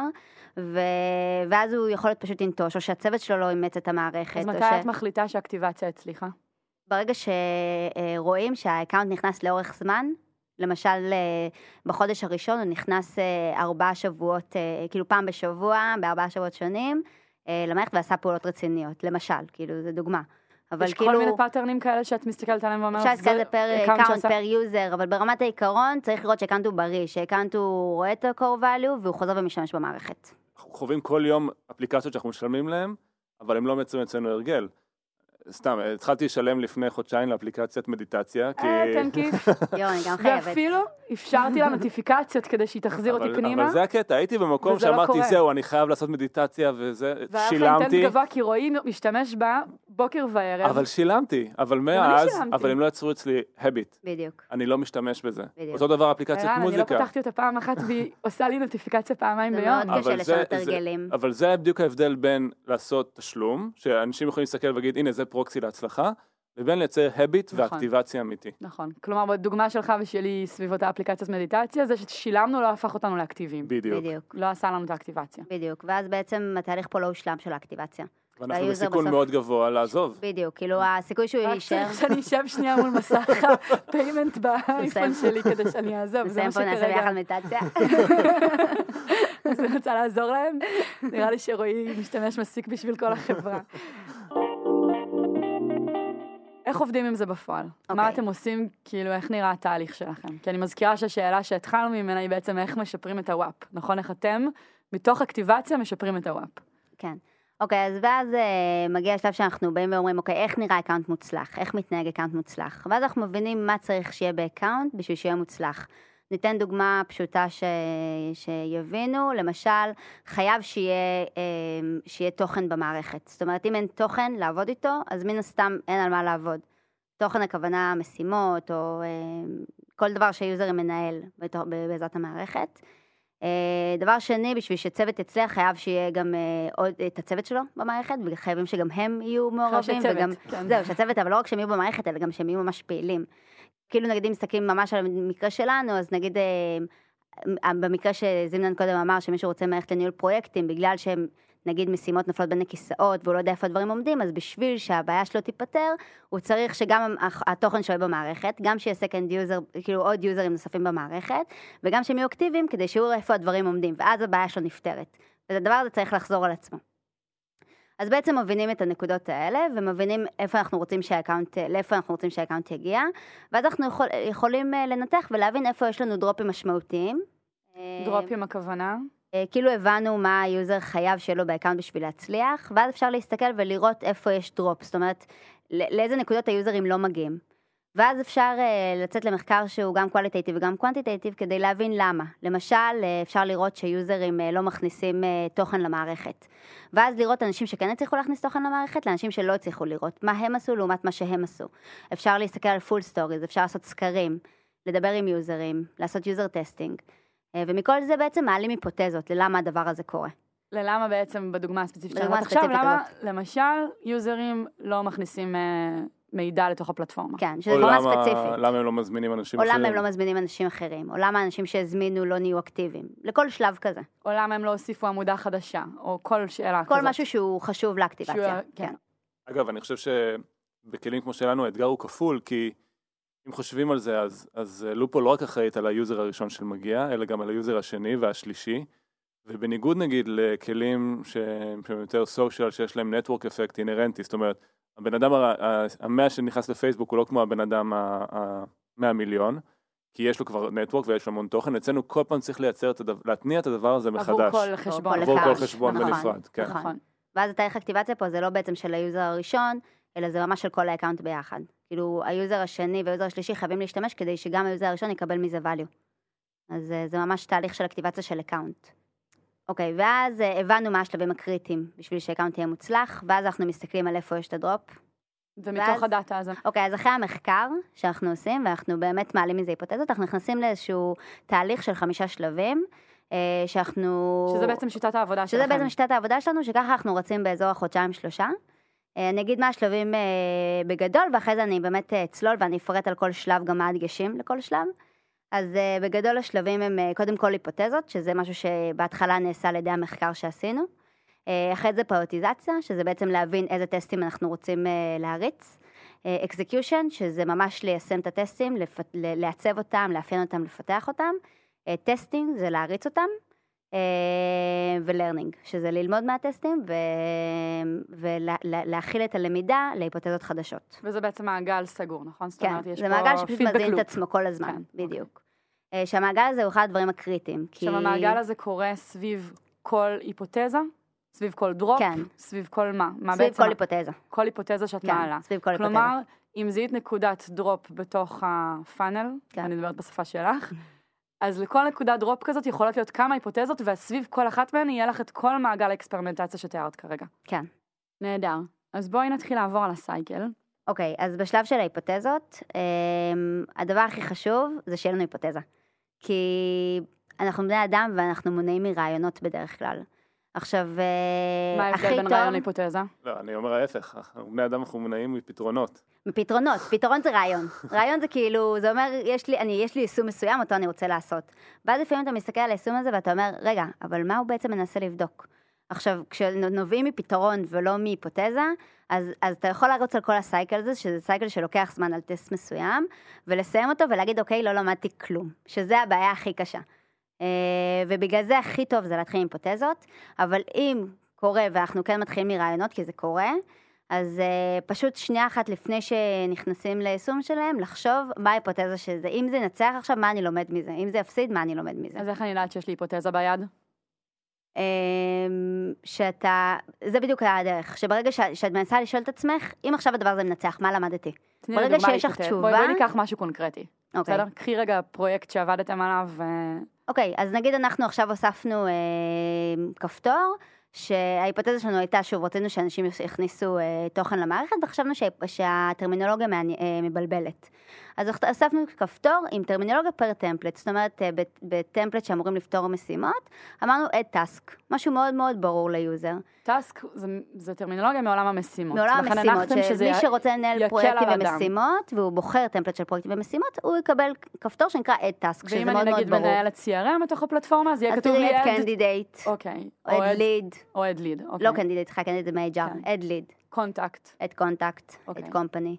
ואז הוא יכול להיות פשוט אינטוש, או שהצוות שלו לא אימץ את המערכת. אז מתי את מחליטה שהאקטיבציה הצליחה? ברגע שרואים שהאקאונט נכנס לאורך זמן, למשל בחודש הראשון הוא נכנס 4 שבועות, כאילו פעם בשבוע, ב4 שבועות שונים, למערכת ועשה פעולות רציניות, למשל, כאילו זה דוגמה. יש כל מיני פאטרנים כאלה שאת מסתכלת עליהם ואומרת, אפשר להסתכל על פר אקאונט, פר יוזר, אבל ברמת העיקרון צריך לראות שהאקאונט הוא בריא, שהאקאונט הוא רואה את ה-core value והוא חוזר ומשתמש במערכת. אנחנו חווים כל יום אפליקציות שאנחנו משלמים להם, אבל הם לא מייצרים אצלנו הרגל. סתם, התחלתי לשלם לפני חודשיים לאפליקציית מדיטציה, כי... תן כיף. יו, אני גם חייבת. ואפילו אפשרתי לה נוטיפיקציות כדי שהיא תחזיר אותי פנימה. אבל זה הקטע, הייתי במקום שאמרתי, זהו, אני חייב לעשות מדיטציה, וזה, שילמתי. והיה לך אינטנט גבוה, כי רואי משתמש בה בוקר וערב. אבל שילמתי, אבל מאז, אבל הם לא יצרו אצלי habit. בדיוק. אני לא משתמש בזה. אותו דבר אפליקציית מוזיקה. אני לא פתחתי אותה פעם אחת, והיא עושה לי נוטיפיקציה פעמיים ביום. זה מאוד קשה לשנות הרגלים. אבל זה בדיוק ההבדל בין לעשות תשלום, שאנשים יכולים להסתכל ולהגיד, הנה, זה פרוקסי להצלחה, ובין לייצר habit ואקטיבציה אמיתי. נכון. כלומר, בדוגמה שלך ושלי סביב אותה אפליקציית מדיטציה, זה ששילמנו לא הפך אותנו לאקטיביים. בדיוק. לא עשה לנו את האקטיבציה. בדיוק. ואז בעצם התהליך פה לא הושלם של האקטיבציה. ואנחנו בסיכון מאוד גבוה לעזוב. בדיוק, כאילו הסיכוי שהוא יישאר. רק צריך שאני אשב שנייה מול מסך הפיימנט באייפון שלי כדי שאני אעזוב. נסיים פה נעשה ביחד מדיטציה. אז אני רוצה לעזור להם. נראה לי שרועי משתמש מספיק בשביל כל החברה. איך עובדים עם זה בפועל? מה אתם עושים, כאילו, איך נראה התהליך שלכם? כי אני מזכירה שהשאלה שהתחלנו ממנה היא בעצם איך משפרים את הוואפ. נכון, איך אתם, מתוך אקטיבציה, משפרים את הוואפ. כן. אוקיי, אז ואז מגיע השלב שאנחנו באים ואומרים, אוקיי, איך נראה אקאונט מוצלח? איך מתנהג אקאונט מוצלח? ואז אנחנו מבינים מה צריך שיהיה באקאונט בשביל שיהיה מוצלח. ניתן דוגמה פשוטה שיבינו, למשל, חייב שיהיה תוכן במערכת. זאת אומרת, אם אין תוכן לעבוד איתו, אז מן הסתם אין על מה לעבוד. תוכן הכוונה משימות, או כל דבר שהיוזר מנהל בעזרת המערכת. דבר שני, בשביל שצוות יצליח, חייב שיהיה גם עוד את הצוות שלו במערכת, וחייבים שגם הם יהיו מעורבים, וגם, זהו, שהצוות, אבל לא רק שהם יהיו במערכת, אלא גם שהם יהיו ממש פעילים. כאילו נגיד אם מסתכלים ממש על המקרה שלנו, אז נגיד במקרה שזימנן קודם אמר שמישהו רוצה מערכת לניהול פרויקטים, בגלל שהם נגיד משימות נופלות בין הכיסאות, והוא לא יודע איפה הדברים עומדים, אז בשביל שהבעיה שלו תיפטר, הוא צריך שגם התוכן שלו במערכת, גם שיהיה second user, כאילו עוד יוזרים נוספים במערכת, וגם שהם יהיו אקטיביים כדי שיראו איפה הדברים עומדים, ואז הבעיה שלו נפטרת. והדבר הזה צריך לחזור על עצמו. אז בעצם מבינים את הנקודות האלה, ומבינים לאיפה אנחנו רוצים שהאקאונט יגיע, ואז אנחנו יכולים לנתח ולהבין איפה יש לנו דרופים משמעותיים. דרופים הכוונה? כאילו הבנו מה היוזר חייב שיהיה לו באקאונט בשביל להצליח, ואז אפשר להסתכל ולראות איפה יש דרופ, זאת אומרת, לאיזה נקודות היוזרים לא מגיעים. ואז אפשר לצאת למחקר שהוא גם קואליטייטיב וגם קוונטיטייטיב כדי להבין למה. למשל, אפשר לראות שיוזרים לא מכניסים תוכן למערכת. ואז לראות אנשים שכן הצליחו להכניס תוכן למערכת, לאנשים שלא הצליחו לראות מה הם עשו לעומת מה שהם עשו. אפשר להסתכל על פול סטוריז, אפשר לעשות סקרים, לדבר עם יוזרים, לעשות יוזר טסטינג. ומכל זה בעצם מעלים היפותזות ללמה הדבר הזה קורה. ללמה בעצם בדוגמה הספציפית שלנו עכשיו, למה למשל יוזרים לא מכניסים מידע לתוך הפלטפורמה. כן, שזה דוגמה ספציפית. למה הם לא מזמינים אנשים אחרים. או למה הם לא מזמינים אנשים אחרים, או למה האנשים שהזמינו לא נהיו אקטיביים. לכל שלב כזה. או למה הם לא הוסיפו עמודה חדשה, או כל שאלה כזאת. כל משהו שהוא חשוב לאקטיבציה. כן. אגב, אני חושב שבכלים כמו שלנו האתגר הוא כפול, כי אם חושבים על זה, אז לופו לא רק אחראית על היוזר הראשון שמגיע, אלא גם על היוזר השני והשלישי, ובניגוד נגיד לכלים שהם יותר סושיאל, שיש להם נטוורק אפקט אינרנטי, זאת אומרת, הבן אדם ה-100 שנכנס לפייסבוק הוא לא כמו הבן אדם ה-100 מיליון, כי יש לו כבר נטוורק ויש לו המון תוכן, אצלנו כל פעם צריך להתניע את הדבר הזה מחדש. עבור כל חשבון. עבור כל חשבון בנפרד, כן. נכון. ואז התהליך אקטיבציה פה זה לא בעצם של היוזר הראשון, אלא זה ממש של כל האקאונט ביחד. כאילו היוזר השני והיוזר השלישי חייבים להשתמש כדי שגם היוזר הראשון יקבל מזה value. אז זה ממש תהליך של אקטיבציה של אקאונט. אוקיי, ואז הבנו מה השלבים הקריטיים בשביל שהאקאונט יהיה מוצלח, ואז אנחנו מסתכלים על איפה יש את הדרופ. ומתוך הדאטה הזה. אוקיי, אז אחרי המחקר שאנחנו עושים, ואנחנו באמת מעלים מזה היפותזות, אנחנו נכנסים לאיזשהו תהליך של 5 שלבים, שזה בעצם שיטת העבודה שלכם. שזה בעצם שיטת העבודה שלנו, שככה אנחנו רצים באזור החודשיים-3. אני אגיד מה השלבים בגדול, ואחרי זה אני באמת אצלול, ואני אפרט על כל שלב גם מה הדגשים לכל שלב. אז בגדול השלבים הם קודם כל היפותזות, שזה משהו שבהתחלה נעשה על ידי המחקר שעשינו. אחרי זה פריוטיזציה, שזה בעצם להבין איזה טסטים אנחנו רוצים להריץ. אקזקיושן, שזה ממש ליישם את הטסטים, לעצב אותם, לאפיין אותם, לפתח אותם. טסטינג, זה להריץ אותם. ולרנינג, שזה ללמוד מהטסטים ולהכיל את הלמידה להיפותזות חדשות. וזה בעצם מעגל סגור, נכון? כן, זה מעגל שפשוט מזין את עצמו כל הזמן, בדיוק. שהמעגל הזה הוא אחד הדברים הקריטיים. עכשיו המעגל הזה קורה סביב כל היפותזה? סביב כל דרופ? סביב כל מה? סביב כל היפותזה. כל היפותזה שאת מעלה. סביב כל היפותזה. כלומר, אם זיהית נקודת דרופ בתוך הפאנל, אני מדברת בשפה שלך, אז לכל נקודת דרופ כזאת יכולות להיות כמה היפותזות, וסביב כל אחת מהן יהיה לך את כל מעגל האקספרימנטציה שתיארת כרגע. כן. נהדר. אז בואי נתחיל לעבור על הסייקל. אוקיי, אז בשלב של ההיפותזות, הדבר הכי חשוב זה שיהיה לנו היפותזה. כי אנחנו בני אדם ואנחנו מונעים מרעיונות בדרך כלל. עכשיו, מה ההבדל בין רעיון להיפותזה? לא, אני אומר ההפך. בני אדם אנחנו מונעים מפתרונות. מפתרונות. פתרון זה רעיון. רעיון זה כאילו, זה אומר, יש לי יישום מסוים, אותו אני רוצה לעשות. ואז לפעמים אתה מסתכל על היישום הזה ואתה אומר, רגע, אבל מה הוא בעצם מנסה לבדוק? עכשיו, כשנובעים מפתרון ולא מהיפותזה, אז אתה יכול להרוץ על כל הסייקל הזה, שזה סייקל שלוקח זמן על טסט מסוים, ולסיים אותו ולהגיד, אוקיי, לא למדתי כלום, שזה הבעיה הכי קשה. ובגלל זה הכי טוב זה להתחיל עם היפותזות, אבל אם קורה, ואנחנו כן מתחילים מרעיונות, כי זה קורה, אז פשוט שנייה אחת לפני שנכנסים ליישום שלהם, לחשוב מה ההיפותזה שזה. אם זה נצח עכשיו, מה אני לומד מזה? אם זה יפסיד, מה אני לומד מזה? אז איך אני יודעת שיש לי היפותזה ביד? זה בדיוק היה הדרך, שברגע שאת מנסה לשאול את עצמך, אם עכשיו הדבר הזה מנצח, מה למדתי? ברגע שיש לך תשובה... בואי ניקח משהו קונקרטי. בסדר? קחי רגע פרויקט שעבדתם עליו. אוקיי, אז נגיד אנחנו עכשיו הוספנו כפתור, שההיפותזה שלנו הייתה שוב, רצינו שאנשים יכניסו תוכן למערכת, וחשבנו שהטרמינולוגיה מבלבלת. אז הוספנו כפתור עם טרמינולוגיה פר טמפלט, זאת אומרת, בטמפלט שאמורים לפתור משימות, אמרנו add task, משהו מאוד מאוד ברור ליוזר. טאסק זה טרמינולוגיה מעולם המשימות. מעולם המשימות, שמי שרוצה לנהל פרויקטים ומשימות, והוא בוחר טמפלט של פרויקטים ומשימות, הוא יקבל כפתור שנקרא add task, שזה מאוד מאוד ברור. ואם אני נגיד מנהלת CRM בתוך הפלטפורמה, אז יהיה כתוב לי add candidate, אוקיי. או add lead. או add lead, לא candidate, candidate זה מ-HR, add lead. contact. add contact, add company.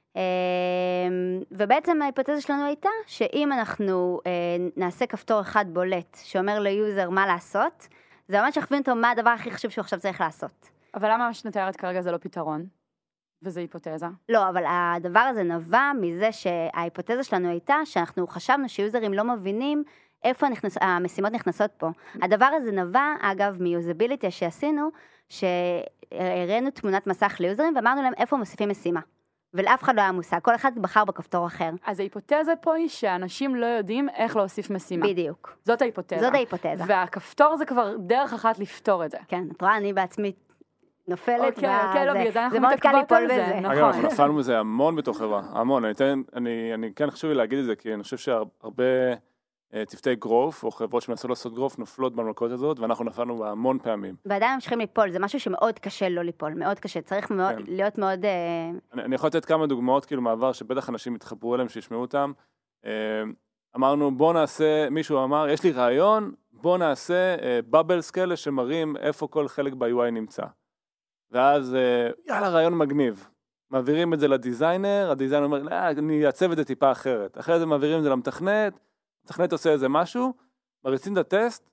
ובעצם ההיפותזה שלנו הייתה שאם אנחנו נעשה כפתור אחד בולט שאומר ליוזר מה לעשות, זה ממש יכווין אותו מה הדבר הכי חשוב שהוא עכשיו צריך לעשות. אבל למה מה שנתארת כרגע זה לא פתרון? וזה היפותזה? לא, אבל הדבר הזה נבע מזה שההיפותזה שלנו הייתה שאנחנו חשבנו שיוזרים לא מבינים איפה המשימות נכנסות פה. הדבר הזה נבע, אגב, מיוזביליטי שעשינו, שהראינו תמונת מסך ליוזרים ואמרנו להם איפה מוסיפים משימה. ולאף אחד לא היה מושג, כל אחד בחר בכפתור אחר. אז ההיפותזה פה היא שאנשים לא יודעים איך להוסיף משימה. בדיוק. זאת ההיפותזה. זאת ההיפותזה. והכפתור זה כבר דרך אחת לפתור את זה. כן, את רואה, אני בעצמי נופלת, אוקיי, לא, בגלל זה אנחנו מאוד קל ליפול בזה. נכון. אגב, אנחנו נפלנו בזה המון בתוך חברה, המון. אני כן חשוב לי להגיד את זה, כי אני חושב שהרבה צוותי גרוף, או חברות שמנסות לעשות גרוף, נופלות במלכות הזאת, ואנחנו נפלנו בה המון פעמים. ועדיין ממשיכים ליפול, זה משהו שמאוד קשה לא ליפול, מאוד קשה, צריך להיות מאוד... אני יכול לתת כמה דוגמאות, כאילו מעבר, שבטח אנשים יתחברו אליהם, שישמעו אותם. אמרנו, בוא נעשה, מישהו אמר, יש לי רעיון, בוא נעשה בבלס כאלה שמראים איפה כל חלק ב-UI נמצא. ואז, יאללה, רעיון מגניב. מעבירים את זה לדיזיינר, הדיזיינר אומר, אני אעצב את זה טיפה אחרת. אחרי זה מעבירים את זה למתכנת, המתכנת עושה איזה משהו, מריצים את הטסט,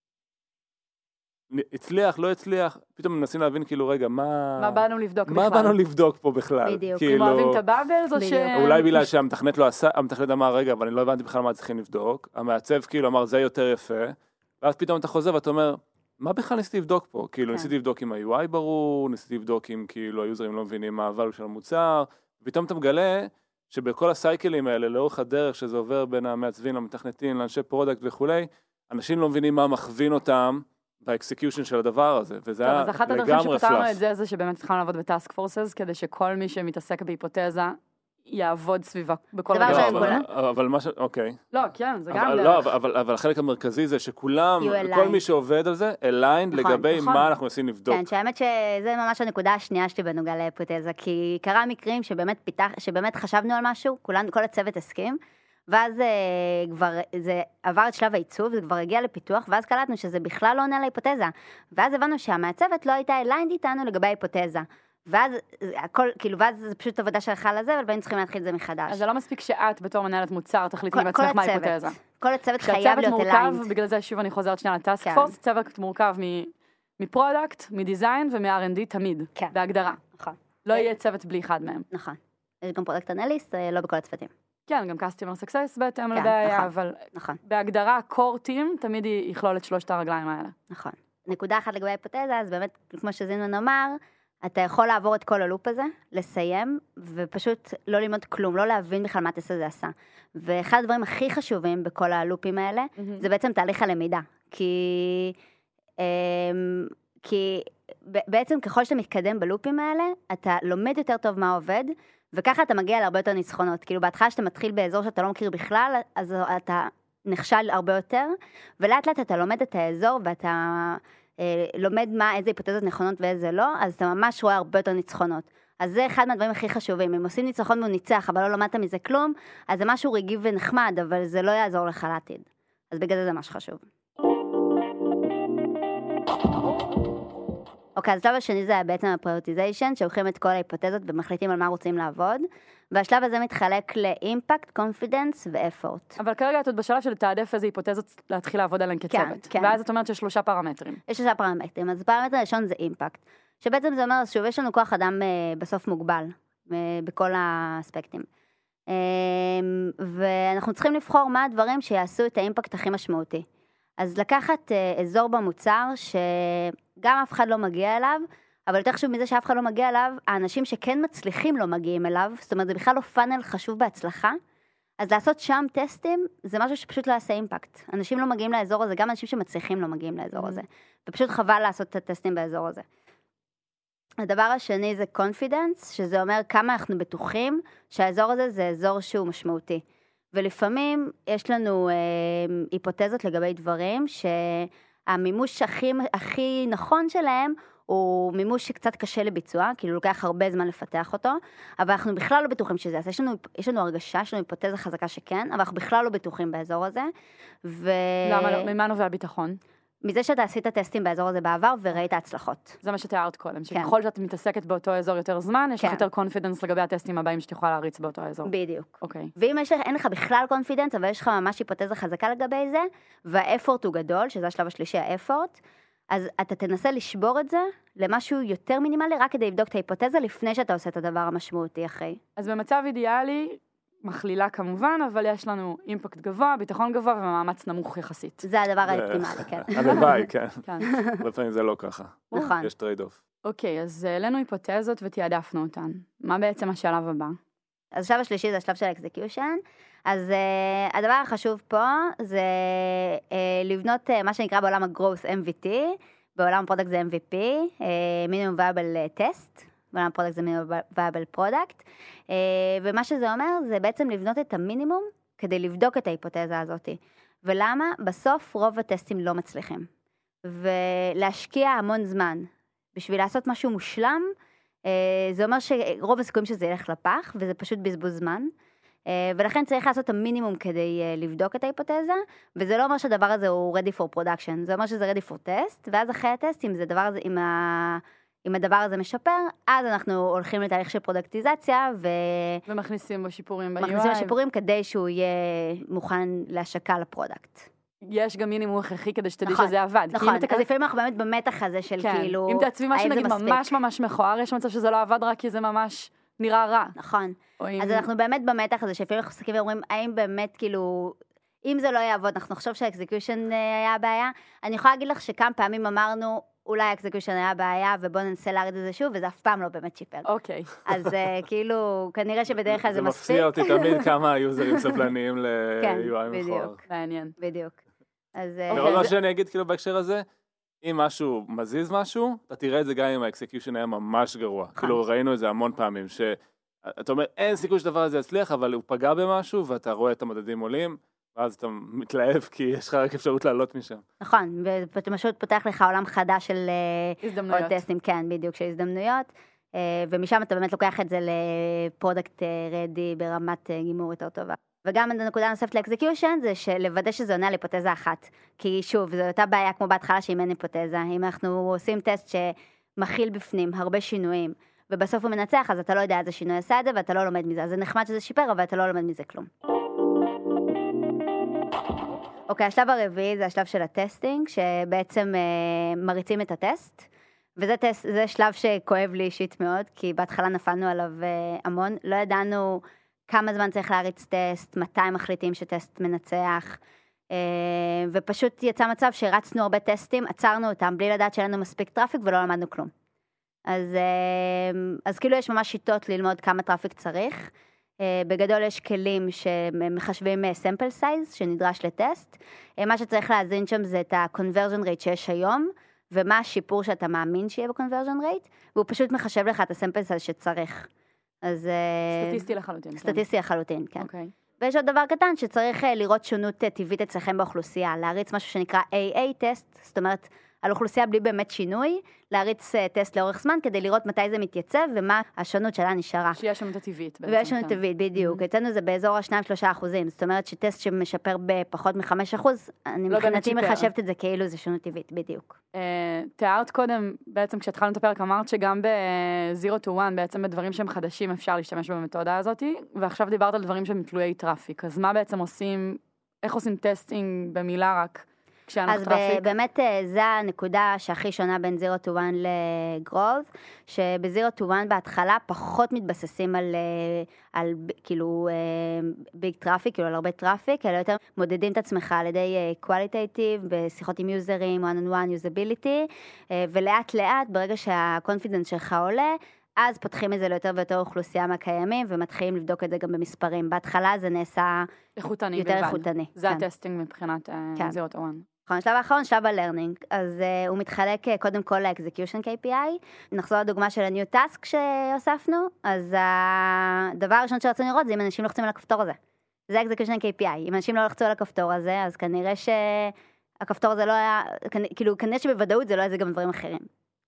הצליח, לא הצליח, פתאום מנסים להבין כאילו, רגע, מה באנו לבדוק בכלל? מה באנו לבדוק פה בכלל? בדיוק. כאילו, אוהבים את הבאבלס או ש... אולי בגלל שהמתכנת לא עשה, המתכנת אמר, רגע, אבל אני לא הבנתי בכלל מה צריכים לבדוק, המעצב כאילו אמר, זה יותר יפה, ואז פתאום אתה חוזר ואתה אומר, מה בכלל ניסיתי לבדוק פה? כאילו, ניסיתי לבדוק עם ה-UI ברור, ניסיתי לבדוק עם כאילו היוזרים לא מבינים מה הvalue של המוצר, ופתאום אתה מגלה שבכל הסייקלים האלה, לאורך הדרך שזה עובר בין המעצבים, למתכנתים, לאנשי פרודקט וכולי, אנשים לא מבינים מה מכווין אותם באקסקיושן של הדבר הזה, וזה היה לגמרי פלאף. אז אחת הדרכים שפתרנו את זה, זה שבאמת התחלנו לעבוד בטאסק פורסס, כדי שכל מי שמתעסק בהיפותזה, יעבוד סביבה בכל דבר. אבל מה ש... אוקיי. לא, כן, זה גם דרך. אבל החלק המרכזי זה שכולם, כל מי שעובד על זה, aligned לגבי מה אנחנו עושים לבדוק. כן, שהאמת שזה ממש הנקודה השנייה שלי בנוגע להיפותזה, כי קרה מקרים שבאמת חשבנו על משהו, כל הצוות הסכים, ואז כבר זה עבר את שלב העיצוב, זה כבר הגיע לפיתוח, ואז קלטנו שזה בכלל לא עונה להיפותזה, ואז הבנו שהמעצבת לא הייתה aligned איתנו לגבי ההיפותזה. ואז הכל, כאילו, ואז זה פשוט עבודה שלך על זה, אבל בין צריכים להתחיל את זה מחדש. אז זה לא מספיק שאת בתור מנהלת מוצר תחליטי עם עצמך מה היפותזה. כל הצוות חייב להיות aligned. בגלל זה שוב אני חוזרת שנייה לטאסק פורס, צוות מורכב מפרודקט, מדיזיין ומ-R&D תמיד, בהגדרה. נכון. לא יהיה צוות בלי אחד מהם. נכון. יש גם פרודקט אנליסט, לא בכל הצוותים. כן, גם customer success בהתאם לבעיה, אבל בהגדרה core team תמיד יכלול את שלושת הרגליים האלה. נכון. נקודה אחת לגבי היפותזה, אז באמת, כמו שזינמן אמר, אתה יכול לעבור את כל הלופ הזה, לסיים, ופשוט לא ללמוד כלום, לא להבין בכלל מה הטסט הזה עשה. ואחד הדברים הכי חשובים בכל הלופים האלה, זה בעצם תהליך הלמידה. כי בעצם ככל שאתה מתקדם בלופים האלה, אתה לומד יותר טוב מה עובד, וככה אתה מגיע להרבה יותר ניצחונות. כאילו בהתחלה שאתה מתחיל באזור שאתה לא מכיר בכלל, אז אתה נכשל הרבה יותר, ולאט לאט אתה לומד את האזור, ואתה לומד איזה היפותזות נכונות ואיזה לא, אז אתה ממש רואה הרבה יותר ניצחונות. אז זה אחד מהדברים הכי חשובים. אם עושים ניצחון והוא ניצח, אבל לא למדת מזה כלום, אז זה משהו רגיב ונחמד, אבל זה לא יעזור לך לעתיד. אז בגלל זה ממש חשוב. אוקיי, אז השלב השני זה בעצם הפריוריטיזיישן, שלוקחים את כל ההיפותזות ומחליטים על מה רוצים לעבוד, והשלב הזה מתחלק לאימפקט, קונפידנס ואפורט. אבל כרגע את עוד בשלב של לתעדף איזה היפותזות להתחיל לעבוד עליהן כצוות. כן. ואז את אומרת שיש 3 פרמטרים. יש 3 פרמטרים, אז הפרמטר הראשון זה אימפקט, שבעצם זה אומר, שוב, יש לנו כוח אדם בסוף מוגבל, בכל האספקטים. ואנחנו צריכים לבחור מה הדברים שיעשו את האימפקט הכי משמעותי. אז לקחת אזור במוצר שגם אף אחד לא מגיע אליו, אבל יותר חשוב מזה שאף אחד לא מגיע אליו, האנשים שכן מצליחים לא מגיעים אליו, זאת אומרת, זה בכלל לא פאנל חשוב בהצלחה, אז לעשות שם טסטים, זה משהו שפשוט לא יעשה אימפקט. אנשים לא מגיעים לאזור הזה, גם אנשים שמצליחים לא מגיעים לאזור הזה, ופשוט חבל לעשות את הטסטים באזור הזה. הדבר השני זה confidence, שזה אומר כמה אנחנו בטוחים שהאזור הזה זה אזור שהוא משמעותי. ולפעמים יש לנו היפותזות לגבי דברים שהמימוש הכי נכון שלהם הוא מימוש שקצת קשה לביצוע, כאילו לוקח הרבה זמן לפתח אותו, אבל אנחנו בכלל לא בטוחים שזה. אז יש לנו הרגשה, יש לנו היפותזה חזקה שכן, אבל אנחנו בכלל לא בטוחים באזור הזה. למה לא? ממה נובע הביטחון? מזה שאתה עשית טסטים באזור הזה בעבר וראית הצלחות. זה מה שתיארת קודם, שככל שאת מתעסקת באותו אזור יותר זמן, יש לך יותר קונפידנס לגבי הטסטים הבאים שתוכל להריץ באותו האזור. בדיוק. אוקיי. ואם אין לך בכלל קונפידנס, אבל יש לך ממש היפותזה חזקה לגבי זה, והאפורט הוא גדול, שזה השלב השלישי, האפורט, אז אתה תנסה לשבור את זה למשהו יותר מינימלי, רק כדי לבדוק את ההיפותזה לפני שאתה עושה את הדבר המשמעותי אחרי. אז במצב אידיאלי, מכלילה כמובן, אבל יש לנו אימפקט גבוה, ביטחון גבוה ומאמץ נמוך יחסית. זה הדבר האופטימלי, כן. הלוואי, כן. כן. לפעמים זה לא ככה. נכון. יש טרייד אוף. אוקיי, אז העלינו היפותזות ותיעדפנו אותן. מה בעצם השלב הבא? אז השלב השלישי זה השלב של האקזקיושן. אז הדבר החשוב פה זה לבנות מה שנקרא בעולם ה-Growth MVT, בעולם הפרודקט זה MVP, Minimum Viable Test, בעולם הפרודקט זה Minimum Viable Product, ומה שזה אומר זה בעצם לבנות את המינימום כדי לבדוק את ההיפותזה הזאת. ולמה? בסוף רוב הטסטים לא מצליחים. ולהשקיע המון זמן בשביל לעשות משהו מושלם, זה אומר שרוב הסיכויים שזה ילך לפח, וזה פשוט בזבוז זמן. ולכן צריך לעשות את המינימום כדי לבדוק את ההיפותזה, וזה לא אומר שהדבר הזה הוא ready for production, זה אומר שזה ready for test, ואז אחרי הטסט, אם הדבר הזה משפר, אז אנחנו הולכים לתהליך של פרודקטיזציה, ומכניסים בו שיפורים ב-UI. מכניסים בו שיפורים כדי שהוא יהיה מוכן להשקה לפרודקט. יש גם מינימום הכרחי כדי שתדעי שזה עבד. נכון, אז לפעמים אנחנו באמת במתח הזה של כאילו, אם תעצבי משהו נגיד ממש ממש מכוער, יש מצב שזה לא עבד רק כי זה ממש נראה רע. נכון. אז אנחנו באמת במתח הזה, שלפעמים אנחנו מסתכלים ואומרים, האם באמת כאילו, אם זה לא יעבוד, אנחנו נחשוב שהאקזקיושן היה הבעיה. אני יכולה להגיד לך שכמה פעמים אמרנו, אולי האקזקיושן היה הבעיה, ובוא ננסה להרד את זה שוב, וזה אף פעם לא באמת שיפר. אוקיי. אז כאילו, כנראה שבדרך כלל זה מספיק. זה מפתיע אותי תמיד כמה היוזרים סבלניים ל-UI מכוער. מעניין. בדיוק. ועוד מה שאני אגיד כאילו בהקשר הזה, אם משהו מזיז משהו, אתה תראה את זה גם אם האקסקיושן היה ממש גרוע. כאילו ראינו את זה המון פעמים, שאתה אומר אין סיכוי שדבר הזה יצליח, אבל הוא פגע במשהו ואתה רואה את המדדים עולים, ואז אתה מתלהב כי יש לך רק אפשרות לעלות משם. נכון, ואתה פשוט פותח לך עולם חדש של הזדמנויות. עוד טסטים, כן, בדיוק, של הזדמנויות, ומשם אתה באמת לוקח את זה לפרודקט רדי ברמת גימור יותר טובה. וגם הנקודה נוספת לאקזקיושן זה לוודא שזה עונה על היפותזה אחת. כי שוב, זו אותה בעיה כמו בהתחלה שאם אין היפותזה. אם אנחנו עושים טסט שמכיל בפנים הרבה שינויים, ובסוף הוא מנצח, אז אתה לא יודע איזה שינוי עשה את זה, ואתה לא לומד מזה. אז זה נחמד שזה שיפר, אבל אתה לא לומד מזה כלום. אוקיי, השלב הרביעי זה השלב של הטסטינג, שבעצם מריצים את הטסט. וזה שלב שכואב לי אישית מאוד, כי בהתחלה נפלנו עליו המון. לא ידענו כמה זמן צריך להריץ טסט, מתי מחליטים שטסט מנצח, ופשוט יצא מצב שרצנו הרבה טסטים, עצרנו אותם בלי לדעת שאין לנו מספיק טראפיק ולא למדנו כלום. אז כאילו יש ממש שיטות ללמוד כמה טראפיק צריך. בגדול יש כלים שמחשבים sample size שנדרש לטסט. מה שצריך להזין שם זה את ה-conversion rate שיש היום, ומה השיפור שאתה מאמין שיהיה ב-conversion rate, והוא פשוט מחשב לך את ה-sample size שצריך. אז סטטיסטי לחלוטין. סטטיסטי לחלוטין, כן. אוקיי. ויש עוד דבר קטן שצריך לראות שונות טבעית אצלכם באוכלוסייה, להריץ משהו שנקרא AA טסט, זאת אומרת, על אוכלוסייה בלי באמת שינוי, להריץ טסט לאורך זמן, כדי לראות מתי זה מתייצב, ומה השונות שלה נשארה. שיש שונות הטבעית בעצם. ויש שונות הטבעית, בדיוק. אצלנו זה באזור ה-2-3%. זאת אומרת שטסט שמשפר בפחות מ5%, אני מבחינתי מחשבת את זה כאילו זה שונות טבעית, בדיוק. תיארת קודם, בעצם כשהתחלנו את הפרק, אמרת שגם ב-0 to 1, בעצם בדברים שהם חדשים אפשר להשתמש במתודה הזאת, ועכשיו דיברת על דברים שהם תלויי טראפיק. אז מה בעצם עושים, איך עושים טסטינג במילה רק כשאין לך טראפיק? אז באמת זה הנקודה שהכי שונה בין 0 to 1 ל-growth, שב-0 to 1 בהתחלה פחות מתבססים על כאילו ביג טראפיק, כאילו על הרבה טראפיק, אלא יותר מודדים את עצמך על ידי qualitative, בשיחות עם יוזרים, one on one usability, ולאט לאט ברגע שהקונפידנס שלך עולה, אז פותחים את זה ליותר ויותר אוכלוסייה מהקיימים, ומתחילים לבדוק את זה גם במספרים. בהתחלה זה נעשה איכותני יותר איכותני. זה הטסטינג מבחינת 0 to 1. נכון, שלב האחרון, שלב ה-learning, אז הוא מתחלק קודם כל ל-execution KPI, נחזור לדוגמה של ה-new task שהוספנו, אז הדבר הראשון שרצינו לראות זה אם אנשים לוחצים על הכפתור הזה, זה execution KPI, אם אנשים לא לחצו על הכפתור הזה, אז כנראה שהכפתור הזה לא היה, כאילו כנראה שבוודאות זה לא היה זה גם דברים אחרים.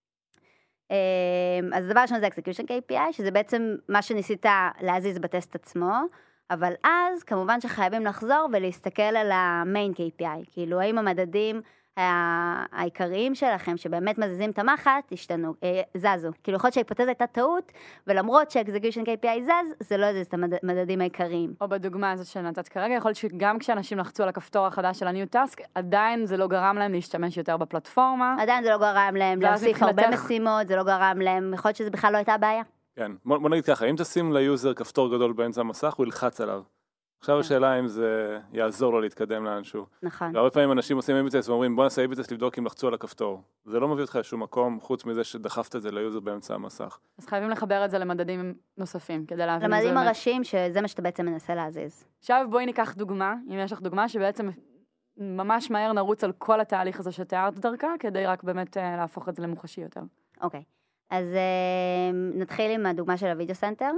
אז הדבר הראשון זה execution KPI, שזה בעצם מה שניסית להזיז בטסט עצמו, אבל אז כמובן שחייבים לחזור ולהסתכל על המיין KPI, כאילו האם המדדים העיקריים שלכם שבאמת מזיזים את המחט, השתנו, זזו. כאילו יכול להיות שההיפותזה הייתה טעות, ולמרות ש-execution KPI זז, זה לא יזיז את המדדים העיקריים. או בדוגמה הזאת שנתת כרגע, יכול להיות שגם כשאנשים לחצו על הכפתור החדש של ה-new task, עדיין זה לא גרם להם להשתמש יותר בפלטפורמה. עדיין זה לא גרם להם להוסיף הרבה משימות, זה לא גרם להם, יכול להיות שזה בכלל לא הייתה בעיה. כן, בוא נגיד ככה, אם תשים ליוזר כפתור גדול באמצע המסך, הוא ילחץ עליו. עכשיו השאלה אם זה יעזור לו להתקדם לאנשהו. נכון. והרבה פעמים אנשים עושים A/B טסט ואומרים, בוא נעשה A/B טסט לבדוק אם לחצו על הכפתור. זה לא מביא אותך לשום מקום, חוץ מזה שדחפת את זה ליוזר באמצע המסך. אז חייבים לחבר את זה למדדים נוספים, כדי להבין למדדים הראשיים, שזה מה שאתה בעצם מנסה להזיז. עכשיו בואי ניקח דוגמה, אם יש לך דוגמה, שבעצם ממש מהר נרוץ על כל התהליך הזה שתיארת דרכה, כדי רק באמת להפוך את זה למוחשי יותר. אוקיי. אז נתחיל עם הדוגמה של הוידאו סנטר.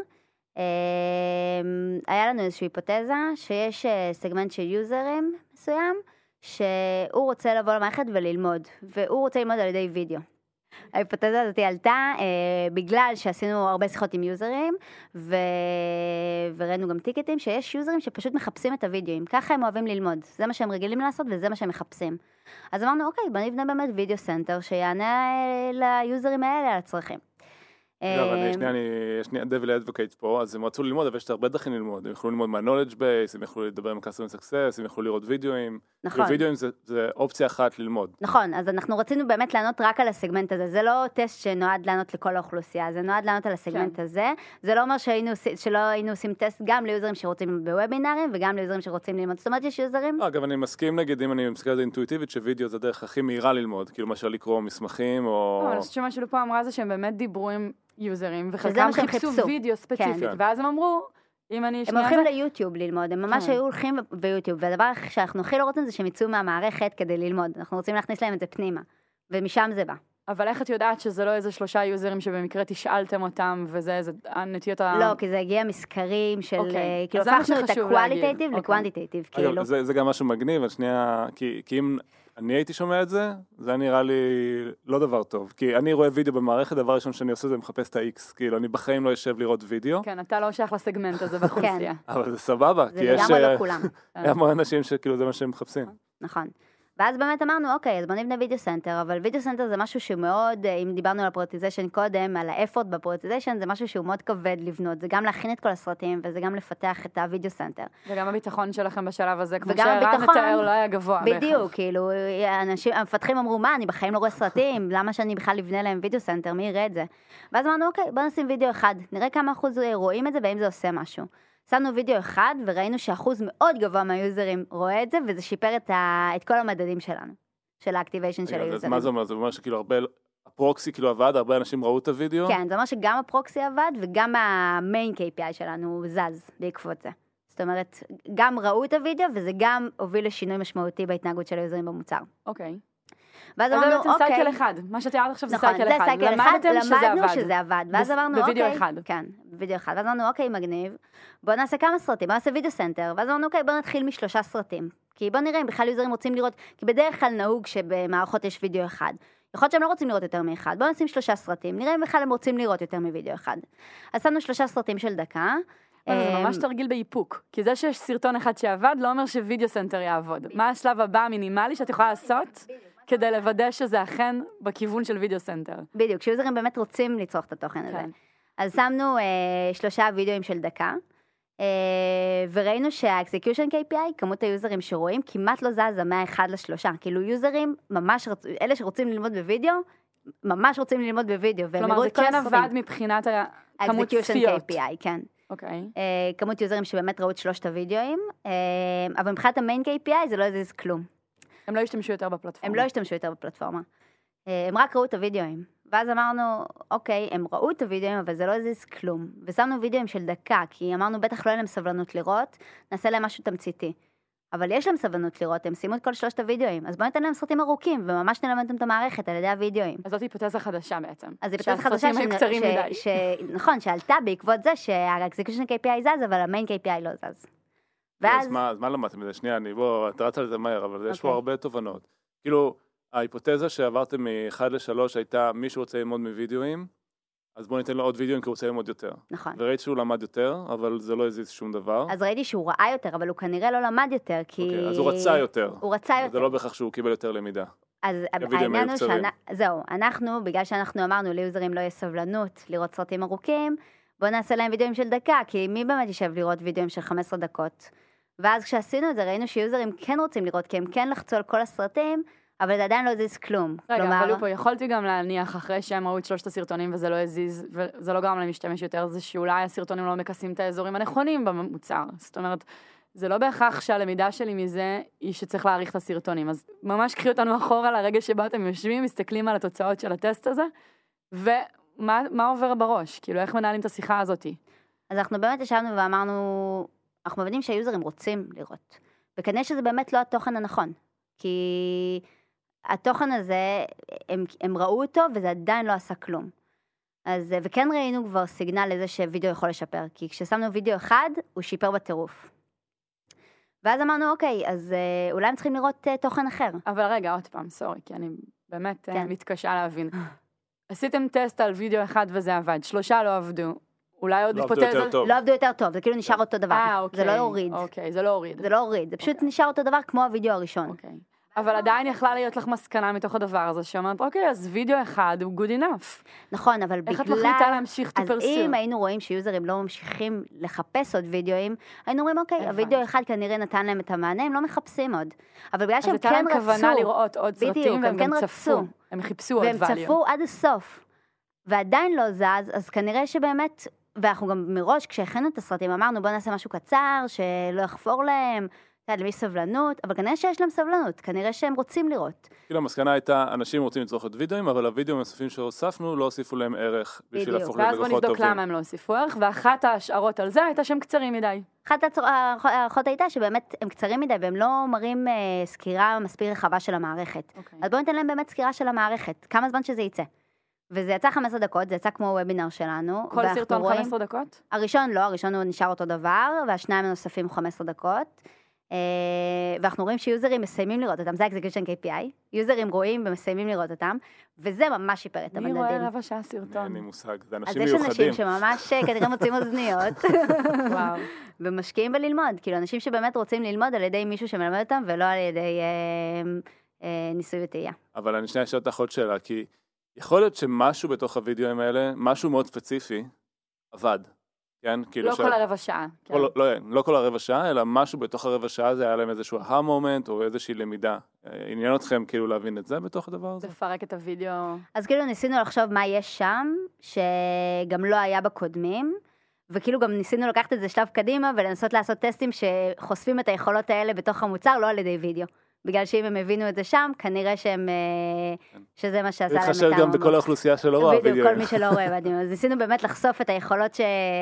היה לנו איזושהי היפותזה שיש סגמנט של יוזרים מסוים, שהוא רוצה לבוא למערכת וללמוד, והוא רוצה ללמוד על ידי וידאו. ההיפותזה הזאת עלתה בגלל שעשינו הרבה שיחות עם יוזרים, וראינו גם טיקטים שיש יוזרים שפשוט מחפשים את הוידאוים, ככה הם אוהבים ללמוד, זה מה שהם רגילים לעשות וזה מה שהם מחפשים. אז אמרנו, אוקיי, בוא נבנה באמת וידאו סנטר שיענה ליוזרים האלה על הצרכים. יש לי דביל אדווקייט פה, אז הם רצו ללמוד, אבל יש הרבה דרכים ללמוד. הם יכולו ללמוד מה-knowledge base, הם יכולו לדבר עם customer success, הם יכולו לראות וידאוים. נכון. וידאוים זה אופציה אחת ללמוד. נכון, אז אנחנו רצינו באמת לענות רק על הסגמנט הזה. זה לא טסט שנועד לענות לכל האוכלוסייה, זה נועד לענות על הסגמנט הזה. זה לא אומר שלא היינו עושים טסט גם ליוזרים שרוצים בוובינרים, וגם ליוזרים שרוצים ללמוד. זאת אומרת, יש יוזרים? אגב, אני מסכים, נגיד, אם אני מסתכל על זה אינטואיטיבית, שווידאו זה הדרך הכי מהירה ללמוד, כאילו מאשר לקרוא מסמכים או... אני חושבת שמה שלו פה אמרה זה שהם באמת דיברו עם יוזרים, וחלקם חיפשו וידאו ספציפית, ואז הם אמרו, אם אני... הם הולכים ליוטיוב ללמוד, הם ממש היו הולכים ביוטיוב, והדבר שאנחנו הכי לא רוצים זה שהם יצאו מהמערכת כדי ללמוד, אנחנו רוצים להכניס להם את זה פנימה, ומשם זה בא. אבל איך את יודעת שזה לא איזה 3 יוזרים שבמקרה תשאלתם אותם, וזה איזה הנטיות ה... לא, כי זה הגיע מסקרים של... כאילו הפכנו את הקואליטייטיב לקוונטיטייטיב, כאילו. זה גם משהו מגניב, אבל שנייה, כי אם אני הייתי שומע את זה, זה נראה לי לא דבר טוב. כי אני רואה וידאו במערכת, דבר ראשון שאני עושה זה מחפש את ה-X. כאילו, אני בחיים לא יושב לראות וידאו. כן, אתה לא שייך לסגמנט הזה באוכלוסייה. אבל זה סבבה, כי יש... זה גם לא כולם. המון אנשים שכאילו זה מה שהם מחפשים. נכון. ואז באמת אמרנו, אוקיי, אז בוא נבנה וידאו סנטר, אבל וידאו סנטר זה משהו שהוא מאוד, אם דיברנו על הפרוטיזיישן קודם, על האפורט בפרוטיזיישן, זה משהו שהוא מאוד כבד לבנות, זה גם להכין את כל הסרטים, וזה גם לפתח את הוידאו סנטר. וגם הביטחון שלכם בשלב הזה, כמו שרן מתאר, לא היה גבוה. בדיוק, כאילו, המפתחים אמרו, מה, אני בחיים לא רואה סרטים, למה שאני בכלל לבנה להם וידאו סנטר, מי יראה את זה? ואז אמרנו, אוקיי, בוא נשים וידאו אחד, נראה כמה אחוז רואים את זה, ואם זה עושה משהו. שמנו וידאו אחד, וראינו שאחוז מאוד גבוה מהיוזרים רואה את זה, וזה שיפר את כל המדדים שלנו, של האקטיביישן של היוזרים. אז מה זה אומר? זה אומר שכאילו הרבה, הפרוקסי כאילו עבד, הרבה אנשים ראו את הוידאו? כן, זה אומר שגם הפרוקסי עבד, וגם המיין KPI שלנו זז בעקבות זה. זאת אומרת, גם ראו את הוידאו, וזה גם הוביל לשינוי משמעותי בהתנהגות של היוזרים במוצר. אוקיי. ואז אמרנו, אוקיי. זה בעצם סייקל אחד. מה שתיארת עכשיו זה סייקל אחד. נכון, זה סייקל אחד, למדנו שזה עבד. ואז אמרנו, אוקיי. בווידאו אחד. כן, בווידאו אחד. ואז אמרנו, אוקיי, מגניב. בוא נעשה כמה סרטים, בוא נעשה וידאו סנטר. ואז אמרנו, אוקיי, בוא נתחיל מ3 סרטים. כי בוא נראה אם בכלל יוזרים רוצים לראות, כי בדרך כלל נהוג שבמערכות יש וידאו אחד. יכול להיות שהם לא רוצים לראות יותר מאחד, בואו נשים 3 סרטים, נראה אם בכלל הם רוצים לראות יותר מוידאו אחד. אז שמנו 3 סרטים של דקה. זה ממש תרגיל באיפוק, כי זה שיש סרטון אחד שעבד לא אומר שווידאו סנטר יעבוד. מה השלב הבא המינימלי שאת יכולה לעשות כדי לוודא שזה אכן בכיוון של וידאו סנטר? בדיוק, כשיוזרים באמת רוצים לצרוך את התוכן הזה. אז שמנו 3 וידאוים של דקה, וראינו שה-execution KPI, כמות היוזרים שרואים, כמעט לא זזה מה-1 ל-3. כאילו יוזרים, ממש, אלה שרוצים ללמוד בווידאו, ממש רוצים ללמוד בווידאו. כלומר, זה כן עבד מבחינת כמות צפיות. KPI, כן. אוקיי. כמות יוזרים שבאמת ראו את 3 הווידאוים, אבל מבחינת המיין KPI זה לא הזיז כלום. הם לא השתמשו יותר בפלטפורמה. הם לא השתמשו יותר בפלטפורמה. הם רק ראו את הווידאוים. ואז אמרנו, אוקיי, הם ראו את הווידאוים, אבל זה לא הזיז כלום. ושמנו וידאוים של דקה, כי אמרנו, בטח לא אין להם סבלנות לראות, נעשה להם משהו תמציתי. אבל יש להם סבלנות לראות, הם שימו את כל 3 הווידאוים. אז בואו ניתן להם סרטים ארוכים, וממש נלמד את המערכת על ידי הווידאוים. אז זאת היפותזה חדשה בעצם. אז זו היפותזה חדשה נכון, שעלתה בעקבות זה שה-execution KPI זז, אבל המיין KPI לא זז. אז מה למדתם מזה? שנייה, את רצה לזה מהר, אבל יש פה הרבה תובנות. כאילו, ההיפותזה שעברתם מ-1 ל-3 הייתה מי שרוצה ללמוד מווידאוים, אז בואו ניתן לו עוד וידאוים כי הוא רוצה ללמוד יותר. נכון. וראית שהוא למד יותר, אבל זה לא הזיז שום דבר. אז ראיתי שהוא ראה יותר, אבל הוא כנראה לא למד יותר, כי... אוקיי, אז הוא רצה יותר. הוא רצה יותר. זה לא בהכרח שהוא קיבל יותר למידה. אז העניין הוא זהו, אנחנו, בגלל שאנחנו אמרנו ליוזרים לא יש סבלנות לראות סרטים ארוכים, בואו נעשה להם וידאוים של דקה, כי מי באמת יישב לראות וידאוים של 15 דקות? ואז כשעשינו את זה, ראינו שיוזרים כן רוצים לראות, כי הם כן לחצו על כל הסרטים, אבל זה עדיין לא הזיז כלום. רגע, אבל פה יכולתי גם להניח אחרי שהם ראו את 3 הסרטונים וזה לא הזיז, וזה לא גרם להם להשתמש יותר, זה שאולי הסרטונים לא מקסים את האזורים הנכונים במוצר. זאת אומרת, זה לא בהכרח שהלמידה שלי מזה היא שצריך להעריך את הסרטונים. אז ממש קחי אותנו אחורה לרגע שבה אתם יושבים, מסתכלים על התוצאות של הטסט הזה, ומה עובר בראש? כאילו, איך מנהלים את השיחה הזאת? אז אנחנו באמת ישבנו ואמרנו, אנחנו מבינים שהיוזרים רוצים לראות. וכנראה שזה באמת לא התוכן הנכון. כי התוכן הזה, הם ראו אותו וזה עדיין לא עשה כלום. אז, וכן ראינו כבר סיגנל לזה שווידאו יכול לשפר. כי כששמנו וידאו אחד, הוא שיפר בטירוף. ואז אמרנו, אוקיי, אז אולי הם צריכים לראות תוכן אחר. אבל רגע, עוד פעם, סורי, כי אני באמת מתקשה להבין. עשיתם טסט על וידאו אחד וזה עבד, 3 לא עבדו. אולי עוד היפותזה? לא עבדו יותר טוב, זה כאילו נשאר אותו דבר. אוקיי. זה לא הוריד. אוקיי, זה לא הוריד. זה לא הוריד, זה פשוט נשאר אותו דבר כמו הוידאו הראשון. אוקיי. אבל עדיין יכלה להיות לך מסקנה מתוך הדבר הזה, שאומרת, אוקיי, אז וידאו אחד הוא good enough. נכון, אבל בגלל... איך את מחליטה להמשיך to pursue? אז אם היינו רואים שיוזרים לא ממשיכים לחפש עוד וידאוים, היינו אומרים, אוקיי, הוידאו אחד כנראה נתן להם את המענה, הם לא מחפשים עוד. אבל בגלל שהם כן רצו... אז הייתה להם כוונה לראות עוד סרטים, והם גם צפו. הם חיפשו עוד value. והם צפו עד הסוף. ועדיין לא זז, אז כנראה שבאמת... ואנחנו גם מראש, כשהכנו את הסרטים, אמרנו, בוא נעשה משהו קצר, שלא יחפור להם, למי סבלנות, אבל כנראה שיש להם סבלנות, כנראה שהם רוצים לראות. כאילו, המסקנה הייתה, אנשים רוצים לצרוך את וידאוים, אבל הווידאוים הנוספים שהוספנו, לא הוסיפו להם ערך בשביל להפוך לזה ואז בוא נבדוק למה הם לא הוסיפו ערך, ואחת ההשערות על זה הייתה שהם קצרים מדי. אחת ההערכות הייתה שבאמת הם קצרים מדי, והם לא מראים סקירה מספיק רחבה של המערכת. אז בואו ניתן להם באמת סקירה של המערכת, כמה זמן שזה יצא. וזה יצא 15 דקות, זה יצא כמו וובינר שלנו. כל סרטון 15 דקות? הראשון לא, הראשון הוא נשאר אותו דבר, והשניים הנוספים 15 דקות. ואנחנו רואים שיוזרים מסיימים לראות אותם, זה execution KPI, יוזרים רואים ומסיימים לראות אותם, וזה ממש שיפר את המדדים. מי רואה רבע שעה סרטון? אין לי מושג, זה אנשים מיוחדים. אז יש אנשים שממש כנראה מוצאים אוזניות, ומשקיעים בללמוד, כאילו אנשים שבאמת רוצים ללמוד על ידי מישהו שמלמד אותם, ולא על ידי ניסוי וטעייה. אבל אני שנייה אשאל אותך עוד שאלה, כי יכול להיות שמשהו בתוך הוידאוים האלה, משהו מאוד ספציפי, עבד. כן? לא כל הרבע שעה. לא כל הרבע שעה, אלא משהו בתוך הרבע שעה, זה היה להם איזשהו המומנט או איזושהי למידה. עניין אתכם כאילו להבין את זה בתוך הדבר הזה? לפרק את הוידאו. אז כאילו ניסינו לחשוב מה יש שם, שגם לא היה בקודמים, וכאילו גם ניסינו לקחת את זה שלב קדימה, ולנסות לעשות טסטים שחושפים את היכולות האלה בתוך המוצר, לא על ידי וידאו. בגלל שאם הם הבינו את זה שם, כנראה שזה מה שעשה להם את העומק. להתחשב גם בכל האוכלוסייה שלא רואה וידאו. בדיוק, כל מי שלא רואה. אז ניסינו באמת לחשוף את היכולות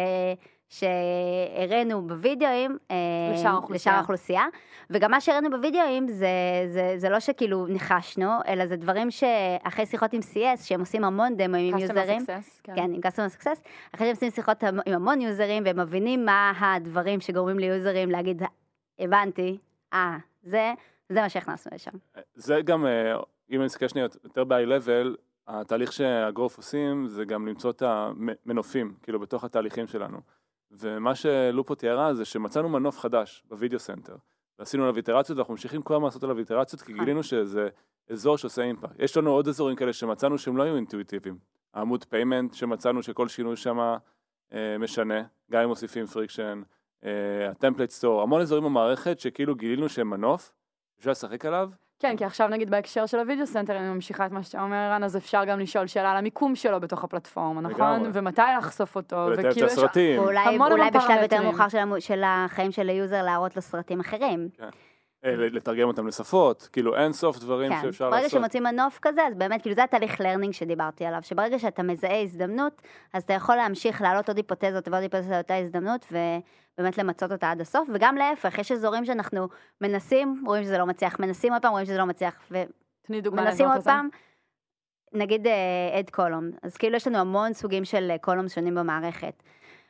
שהראינו בווידאוים לשאר האוכלוסייה. וגם מה שהראינו בווידאוים זה לא שכאילו ניחשנו, אלא זה דברים שאחרי שיחות עם CS, שהם עושים המון דמו עם יוזרים. כן, עם Customer Success. אחרי שהם עושים שיחות עם המון יוזרים, והם מבינים מה הדברים שגורמים ליוזרים להגיד, הבנתי, זה מה שהכנסנו לשם. זה גם, אם אני מסתכל שנייה יותר ב-high-level, התהליך שהגרוף עושים זה גם למצוא את המנופים, כאילו בתוך התהליכים שלנו. ומה שלופו תיארה זה שמצאנו מנוף חדש בווידאו סנטר. ועשינו עליו איטרציות, ואנחנו ממשיכים כל הזמן לעשות עליו איטרציות, כי גילינו שזה אזור שעושה אימפקט. יש לנו עוד אזורים כאלה שמצאנו שהם לא היו אינטואיטיביים. העמוד פיימנט שמצאנו שכל שינוי שם משנה, גם אם מוסיפים פריקשן, הטמפלייט סטור, המון אזורים במערכת שכאילו גילינו שהם מנוף, אפשר לשחק עליו. כן, כי עכשיו נגיד בהקשר של הוידאו סנטר, אני ממשיכה את מה שאתה אומר, רן, אז אפשר גם לשאול שאלה על המיקום שלו בתוך הפלטפורמה, נכון? ומתי לחשוף אותו, ולתאר את הסרטים. אולי בשלב יותר מאוחר של החיים של היוזר להראות לו סרטים אחרים. כן. לתרגם אותם לשפות, כאילו אין סוף דברים שאפשר לעשות. ברגע שמוצאים מנוף כזה, אז באמת, כאילו זה התהליך לרנינג שדיברתי עליו, שברגע שאתה מזהה הזדמנות, אז אתה יכול להמשיך להעלות עוד היפותזות ועוד היפותזות על אותה הזדמנות, ובאמת למצות אותה עד הסוף, וגם להפך, יש אזורים שאנחנו מנסים, רואים שזה לא מצליח, מנסים עוד פעם, רואים שזה לא מצליח, ומנסים עוד פעם, נגיד add column, אז כאילו יש לנו המון סוגים של columns שונים במערכת,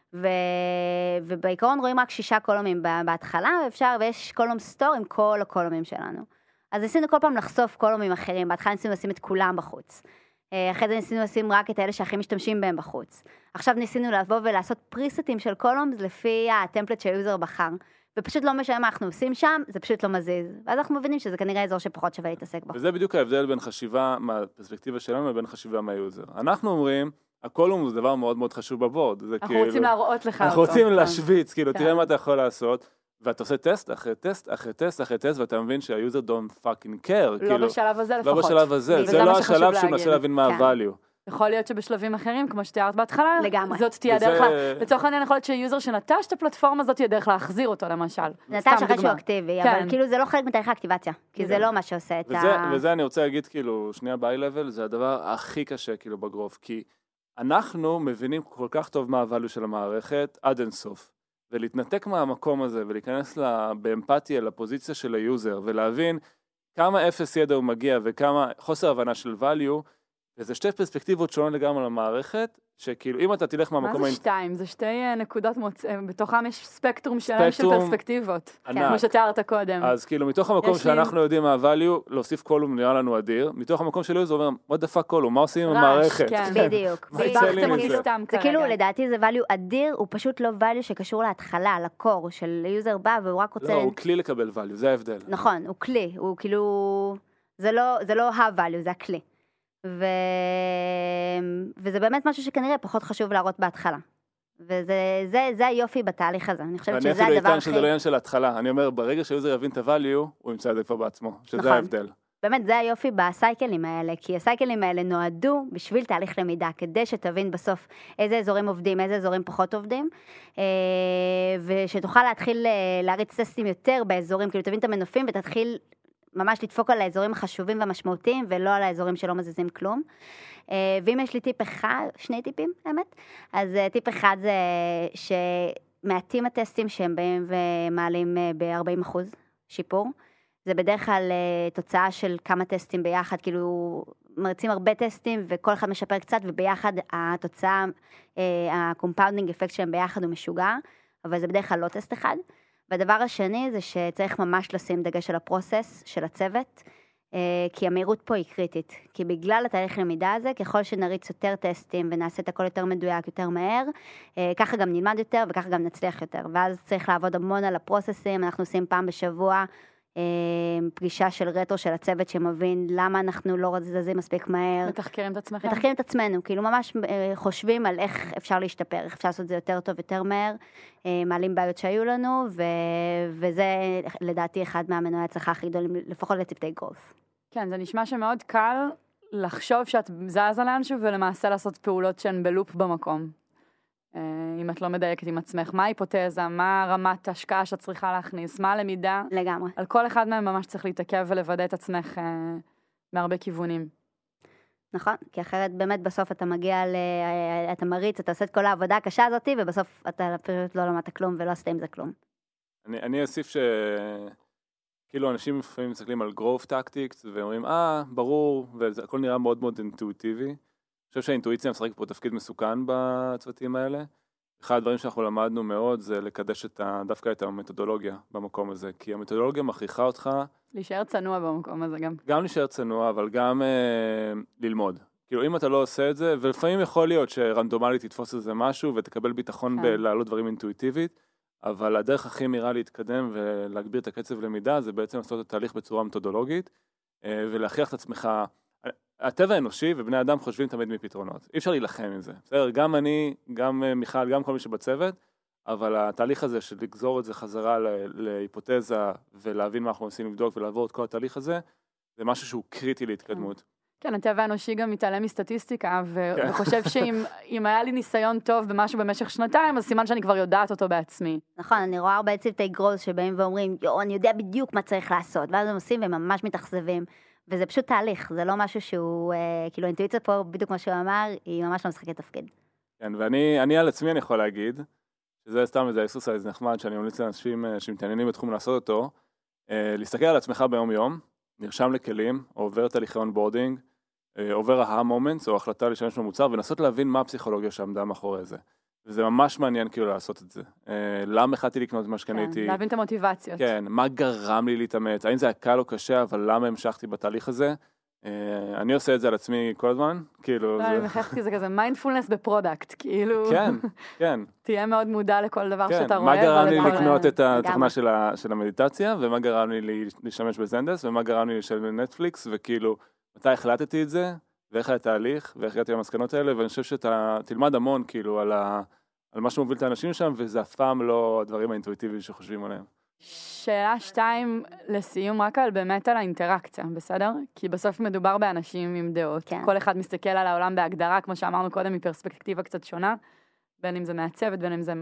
ובעיקרון רואים רק 6 קולומים בהתחלה, ויש קולום סטור עם כל הקולומים שלנו. אז ניסינו כל פעם לחשוף קולומים אחרים, בהתחלה ניסינו לשים את כולם בחוץ. אחרי זה ניסינו לשים רק את האלה שהכי משתמשים בהם בחוץ. עכשיו ניסינו לבוא ולעשות פריסטים של קולומס לפי הטמפלט שהיוזר בחר. ופשוט לא משנה מה אנחנו עושים שם, זה פשוט לא מזיז. ואז אנחנו מבינים שזה כנראה אזור שפחות שווה להתעסק בו. וזה בדיוק ההבדל בין חשיבה מהפרספקטיבה שלנו לבין חשיבה מהיוזר. אנחנו אומרים, הקולום זה דבר מאוד מאוד חשוב בבורד. אנחנו רוצים להראות לך אותו. אנחנו רוצים להשוויץ, כאילו, תראה מה אתה יכול לעשות, ואתה עושה טסט אחרי טסט אחרי טסט אחרי טסט, ואתה מבין שהיוזר don't fucking care. לא בשלב הזה לפחות. לא בשלב הזה, זה לא השלב שהוא מנסה להבין מה ה-value. יכול להיות שבשלבים אחרים, כמו שתיארת בהתחלה, זאת תהיה הדרך, לצורך העניין יכול להיות שיוזר שנטש את הפלטפורמה הזאת תהיה דרך להחזיר אותו למשל. נטש אחרי שהוא אקטיבי, אבל כאילו זה לא חלק מתהליך האקטיבציה, כי זה לא מה שעושה את ה... וזה אני רוצה להגיד כאילו, שנייה ב-high-level, זה הדבר הכי קשה כאילו בגרוף, כי אנחנו מבינים כל כך טוב מה ה-value של המערכת עד אינסוף, ולהתנתק מהמקום הזה ולהיכנס באמפתיה לפוזיציה של היוזר, ולהבין כמה אפס ידע הוא מגיע וכמה חוסר הבנה של value, וזה שתי פרספקטיבות שונות לגמרי למערכת, שכאילו אם אתה תלך מהמקום... מה זה 2? זה 2 נקודות בתוכם יש ספקטרום שלהם של פרספקטיבות. כמו שתיארת קודם. אז כאילו מתוך המקום שאנחנו יודעים מה ה-value, להוסיף קולום נראה לנו אדיר, מתוך המקום של יוזר אומר, what the fuck קולום, מה עושים עם המערכת? בדיוק. זה כאילו לדעתי זה value אדיר, הוא פשוט לא value שקשור להתחלה, לקור של יוזר בא והוא רק רוצה... לא, הוא כלי לקבל value, זה ההבדל. נכון, הוא כלי, הוא כאילו... זה לא ה-value, זה הכלי. וזה באמת משהו שכנראה פחות חשוב להראות בהתחלה. וזה היופי בתהליך הזה. אני חושבת שזה הדבר הכי... אני אפילו איתן שזה לא עניין של ההתחלה. אני אומר, ברגע שהיוזר יבין את ה-value, הוא ימצא את זה כבר בעצמו, שזה ההבדל. באמת, זה היופי בסייקלים האלה, כי הסייקלים האלה נועדו בשביל תהליך למידה, כדי שתבין בסוף איזה אזורים עובדים, איזה אזורים פחות עובדים, ושתוכל להתחיל להריץ טסטים יותר באזורים, כאילו תבין את המנופים ותתחיל ממש לדפוק על האזורים החשובים והמשמעותיים, ולא על האזורים שלא מזיזים כלום. ואם יש לי טיפ אחד, 2 טיפים, האמת, אז טיפ אחד זה שמעטים הטסטים שהם באים ומעלים ב-40% שיפור. זה בדרך כלל תוצאה של כמה טסטים ביחד, כאילו מרצים הרבה טסטים וכל אחד משפר קצת, וביחד התוצאה, הקומפאונדינג אפקט שלהם ביחד הוא משוגע, אבל זה בדרך כלל לא טסט אחד. והדבר השני זה שצריך ממש לשים דגש על הפרוסס של הצוות, כי המהירות פה היא קריטית. כי בגלל התהליך למידה הזה, ככל שנריץ יותר טסטים ונעשה את הכל יותר מדויק, יותר מהר, ככה גם נלמד יותר וככה גם נצליח יותר. ואז צריך לעבוד המון על הפרוססים, אנחנו עושים פעם בשבוע פגישה של רטרו של הצוות שמבין למה אנחנו לא זזים מספיק מהר. מתחקרים את עצמכם. מתחקרים את עצמנו, כאילו ממש חושבים על איך אפשר להשתפר, איך אפשר לעשות את זה יותר טוב, יותר מהר, מעלים בעיות שהיו לנו, וזה לדעתי אחד מהמנועי הצלחה הכי גדולים, לפחות לצוותי גרוס. כן, זה נשמע שמאוד קל לחשוב שאת זזה לאנשהו, ולמעשה לעשות פעולות שהן בלופ במקום. אם את לא מדייקת עם עצמך, מה ההיפותזה, מה רמת ההשקעה שאת צריכה להכניס, מה הלמידה. לגמרי. על כל אחד מהם ממש צריך להתעכב ולוודא את עצמך מהרבה כיוונים. נכון, כי אחרת באמת בסוף אתה מגיע, אתה מריץ, אתה עושה את כל העבודה הקשה הזאת, ובסוף אתה פשוט לא למדת כלום ולא עשית עם זה כלום. אני אוסיף כאילו אנשים לפעמים מסתכלים על growth tactics, ואומרים, ברור, והכל נראה מאוד מאוד אינטואיטיבי. אני חושב שהאינטואיציה משחקת פה תפקיד מסוכן בצוותים האלה, אחד הדברים שאנחנו למדנו מאוד זה לקדש דווקא את המתודולוגיה במקום הזה, כי המתודולוגיה מכריחה אותך... להישאר צנוע במקום הזה גם. גם להישאר צנוע, אבל גם ללמוד. כאילו אם אתה לא עושה את זה, ולפעמים יכול להיות שרנדומלית תתפוס איזה משהו ותקבל ביטחון בלהעלות דברים אינטואיטיבית, אבל הדרך הכי מהירה להתקדם ולהגביר את הקצב למידה, זה בעצם לעשות את התהליך בצורה מתודולוגית, ולהכריח את עצמך... הטבע האנושי ובני אדם חושבים תמיד מפתרונות. אי אפשר להילחם עם זה. בסדר, גם אני, גם מיכל, גם כל מי שבצוות, אבל התהליך הזה של לגזור את זה חזרה להיפותזה ולהבין מה אנחנו מנסים לבדוק ולעבור את כל התהליך הזה, זה משהו שהוא קריטי להתקדמות. כן, הטבע האנושי גם מתעלם מסטטיסטיקה, וחושב שאם היה לי ניסיון טוב במשהו במשך שנתיים, אז סימן שאני כבר יודעת אותו בעצמי. נכון, אני רואה הרבה צוותי גרוז שבאים ואומרים, אני יודע בדיוק מה צריך לעשות, ואז הם עושים והם ממש מתאכזבים. וזה פשוט תהליך, זה לא משהו שהוא, כאילו אינטואיציה פה, בדיוק מה שהוא אמר, היא ממש לא משחקת תפקיד. כן, ואני על עצמי אני יכול להגיד, שזה סתם איזה אקסרסייז נחמד, שאני ממליץ לאנשים שמתעניינים בתחום לעשות אותו, להסתכל על עצמך ביום יום, נרשם לכלים, עובר תהליכי אונבורדינג, עובר ההמומנטס או החלטה להשתמש במוצר, ונסות להבין מה הפסיכולוגיה שעמדה מאחורי זה. וזה ממש מעניין כאילו לעשות את זה. למה החלטתי לקנות מה שקניתי? כן, להבין את המוטיבציות. כן, מה גרם לי להתאמץ? האם זה היה קל או קשה, אבל למה המשכתי בתהליך הזה? אני עושה את זה על עצמי כל הזמן, כאילו... לא, אני מחכתי, זה כזה מיינדפולנס בפרודקט, כאילו... כן, כן. תהיה מאוד מודע לכל דבר שאתה רואה. מה גרם לי לקנות את התוכנה של המדיטציה, ומה גרם לי להשתמש בזנדס, ומה גרם לי לשלם בנטפליקס, וכאילו, מתי החלטתי את זה, ואיך היה התהליך, ואיך הגעתי למסקנות האלה, ואני חושב שאתה תלמד המון, כאילו, על מה שמוביל את האנשים שם, וזה אף פעם לא הדברים האינטואיטיביים שחושבים עליהם. שאלה 2 לסיום, רק באמת על האינטראקציה, בסדר? כי בסוף מדובר באנשים עם דעות. כן. כל אחד מסתכל על העולם בהגדרה, כמו שאמרנו קודם, מפרספקטיבה קצת שונה, בין אם זה מעצבת, בין אם זה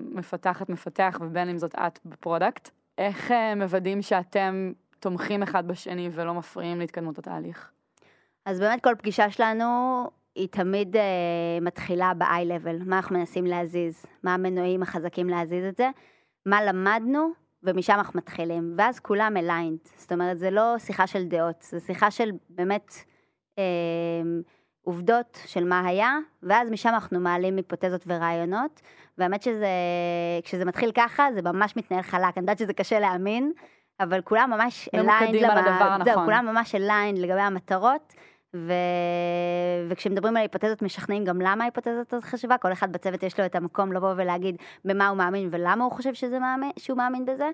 מפתח, ובין אם זאת את בפרודקט. איך מוודאים שאתם תומכים אחד בשני ולא מפריעים להתקדמות התהליך? אז באמת כל פגישה שלנו היא תמיד מתחילה ב-eye level, מה אנחנו מנסים להזיז, מה המנועים החזקים להזיז את זה, מה למדנו, ומשם אנחנו מתחילים, ואז כולם aligned, זאת אומרת, זה לא שיחה של דעות, זה שיחה של באמת עובדות של מה היה, ואז משם אנחנו מעלים היפותזות ורעיונות, והאמת כשזה מתחיל ככה, זה ממש מתנהל חלק, אני יודעת שזה קשה להאמין, אבל כולם ממש כולם ממש aligned לגבי המטרות, וכשמדברים על היפותזות משכנעים גם למה ההיפותזות הזאת חשובה, כל אחד בצוות יש לו את המקום לבוא ולהגיד במה הוא מאמין ולמה הוא חושב שהוא מאמין בזה,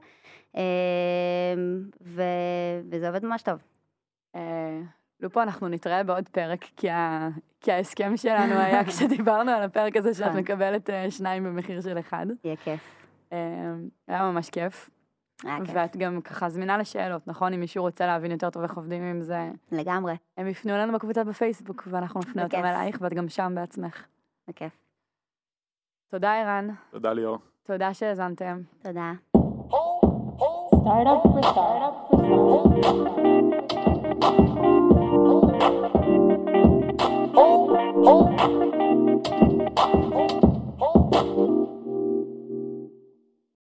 וזה עובד ממש טוב. לופו, אנחנו נתראה בעוד פרק, כי ההסכם שלנו היה כשדיברנו על הפרק הזה שאת מקבלת 2 במחיר של 1. יהיה כיף. היה ממש כיף. ואת גם ככה זמינה לשאלות, נכון? אם מישהו רוצה להבין יותר טוב איך עובדים עם זה. לגמרי. הם יפנו לנו בקבוצה בפייסבוק, ואנחנו נפנה אותם אלייך, ואת גם שם בעצמך. בכיף. תודה, ערן. תודה, ליאור. תודה שהאזנתם. תודה. Startup for startup.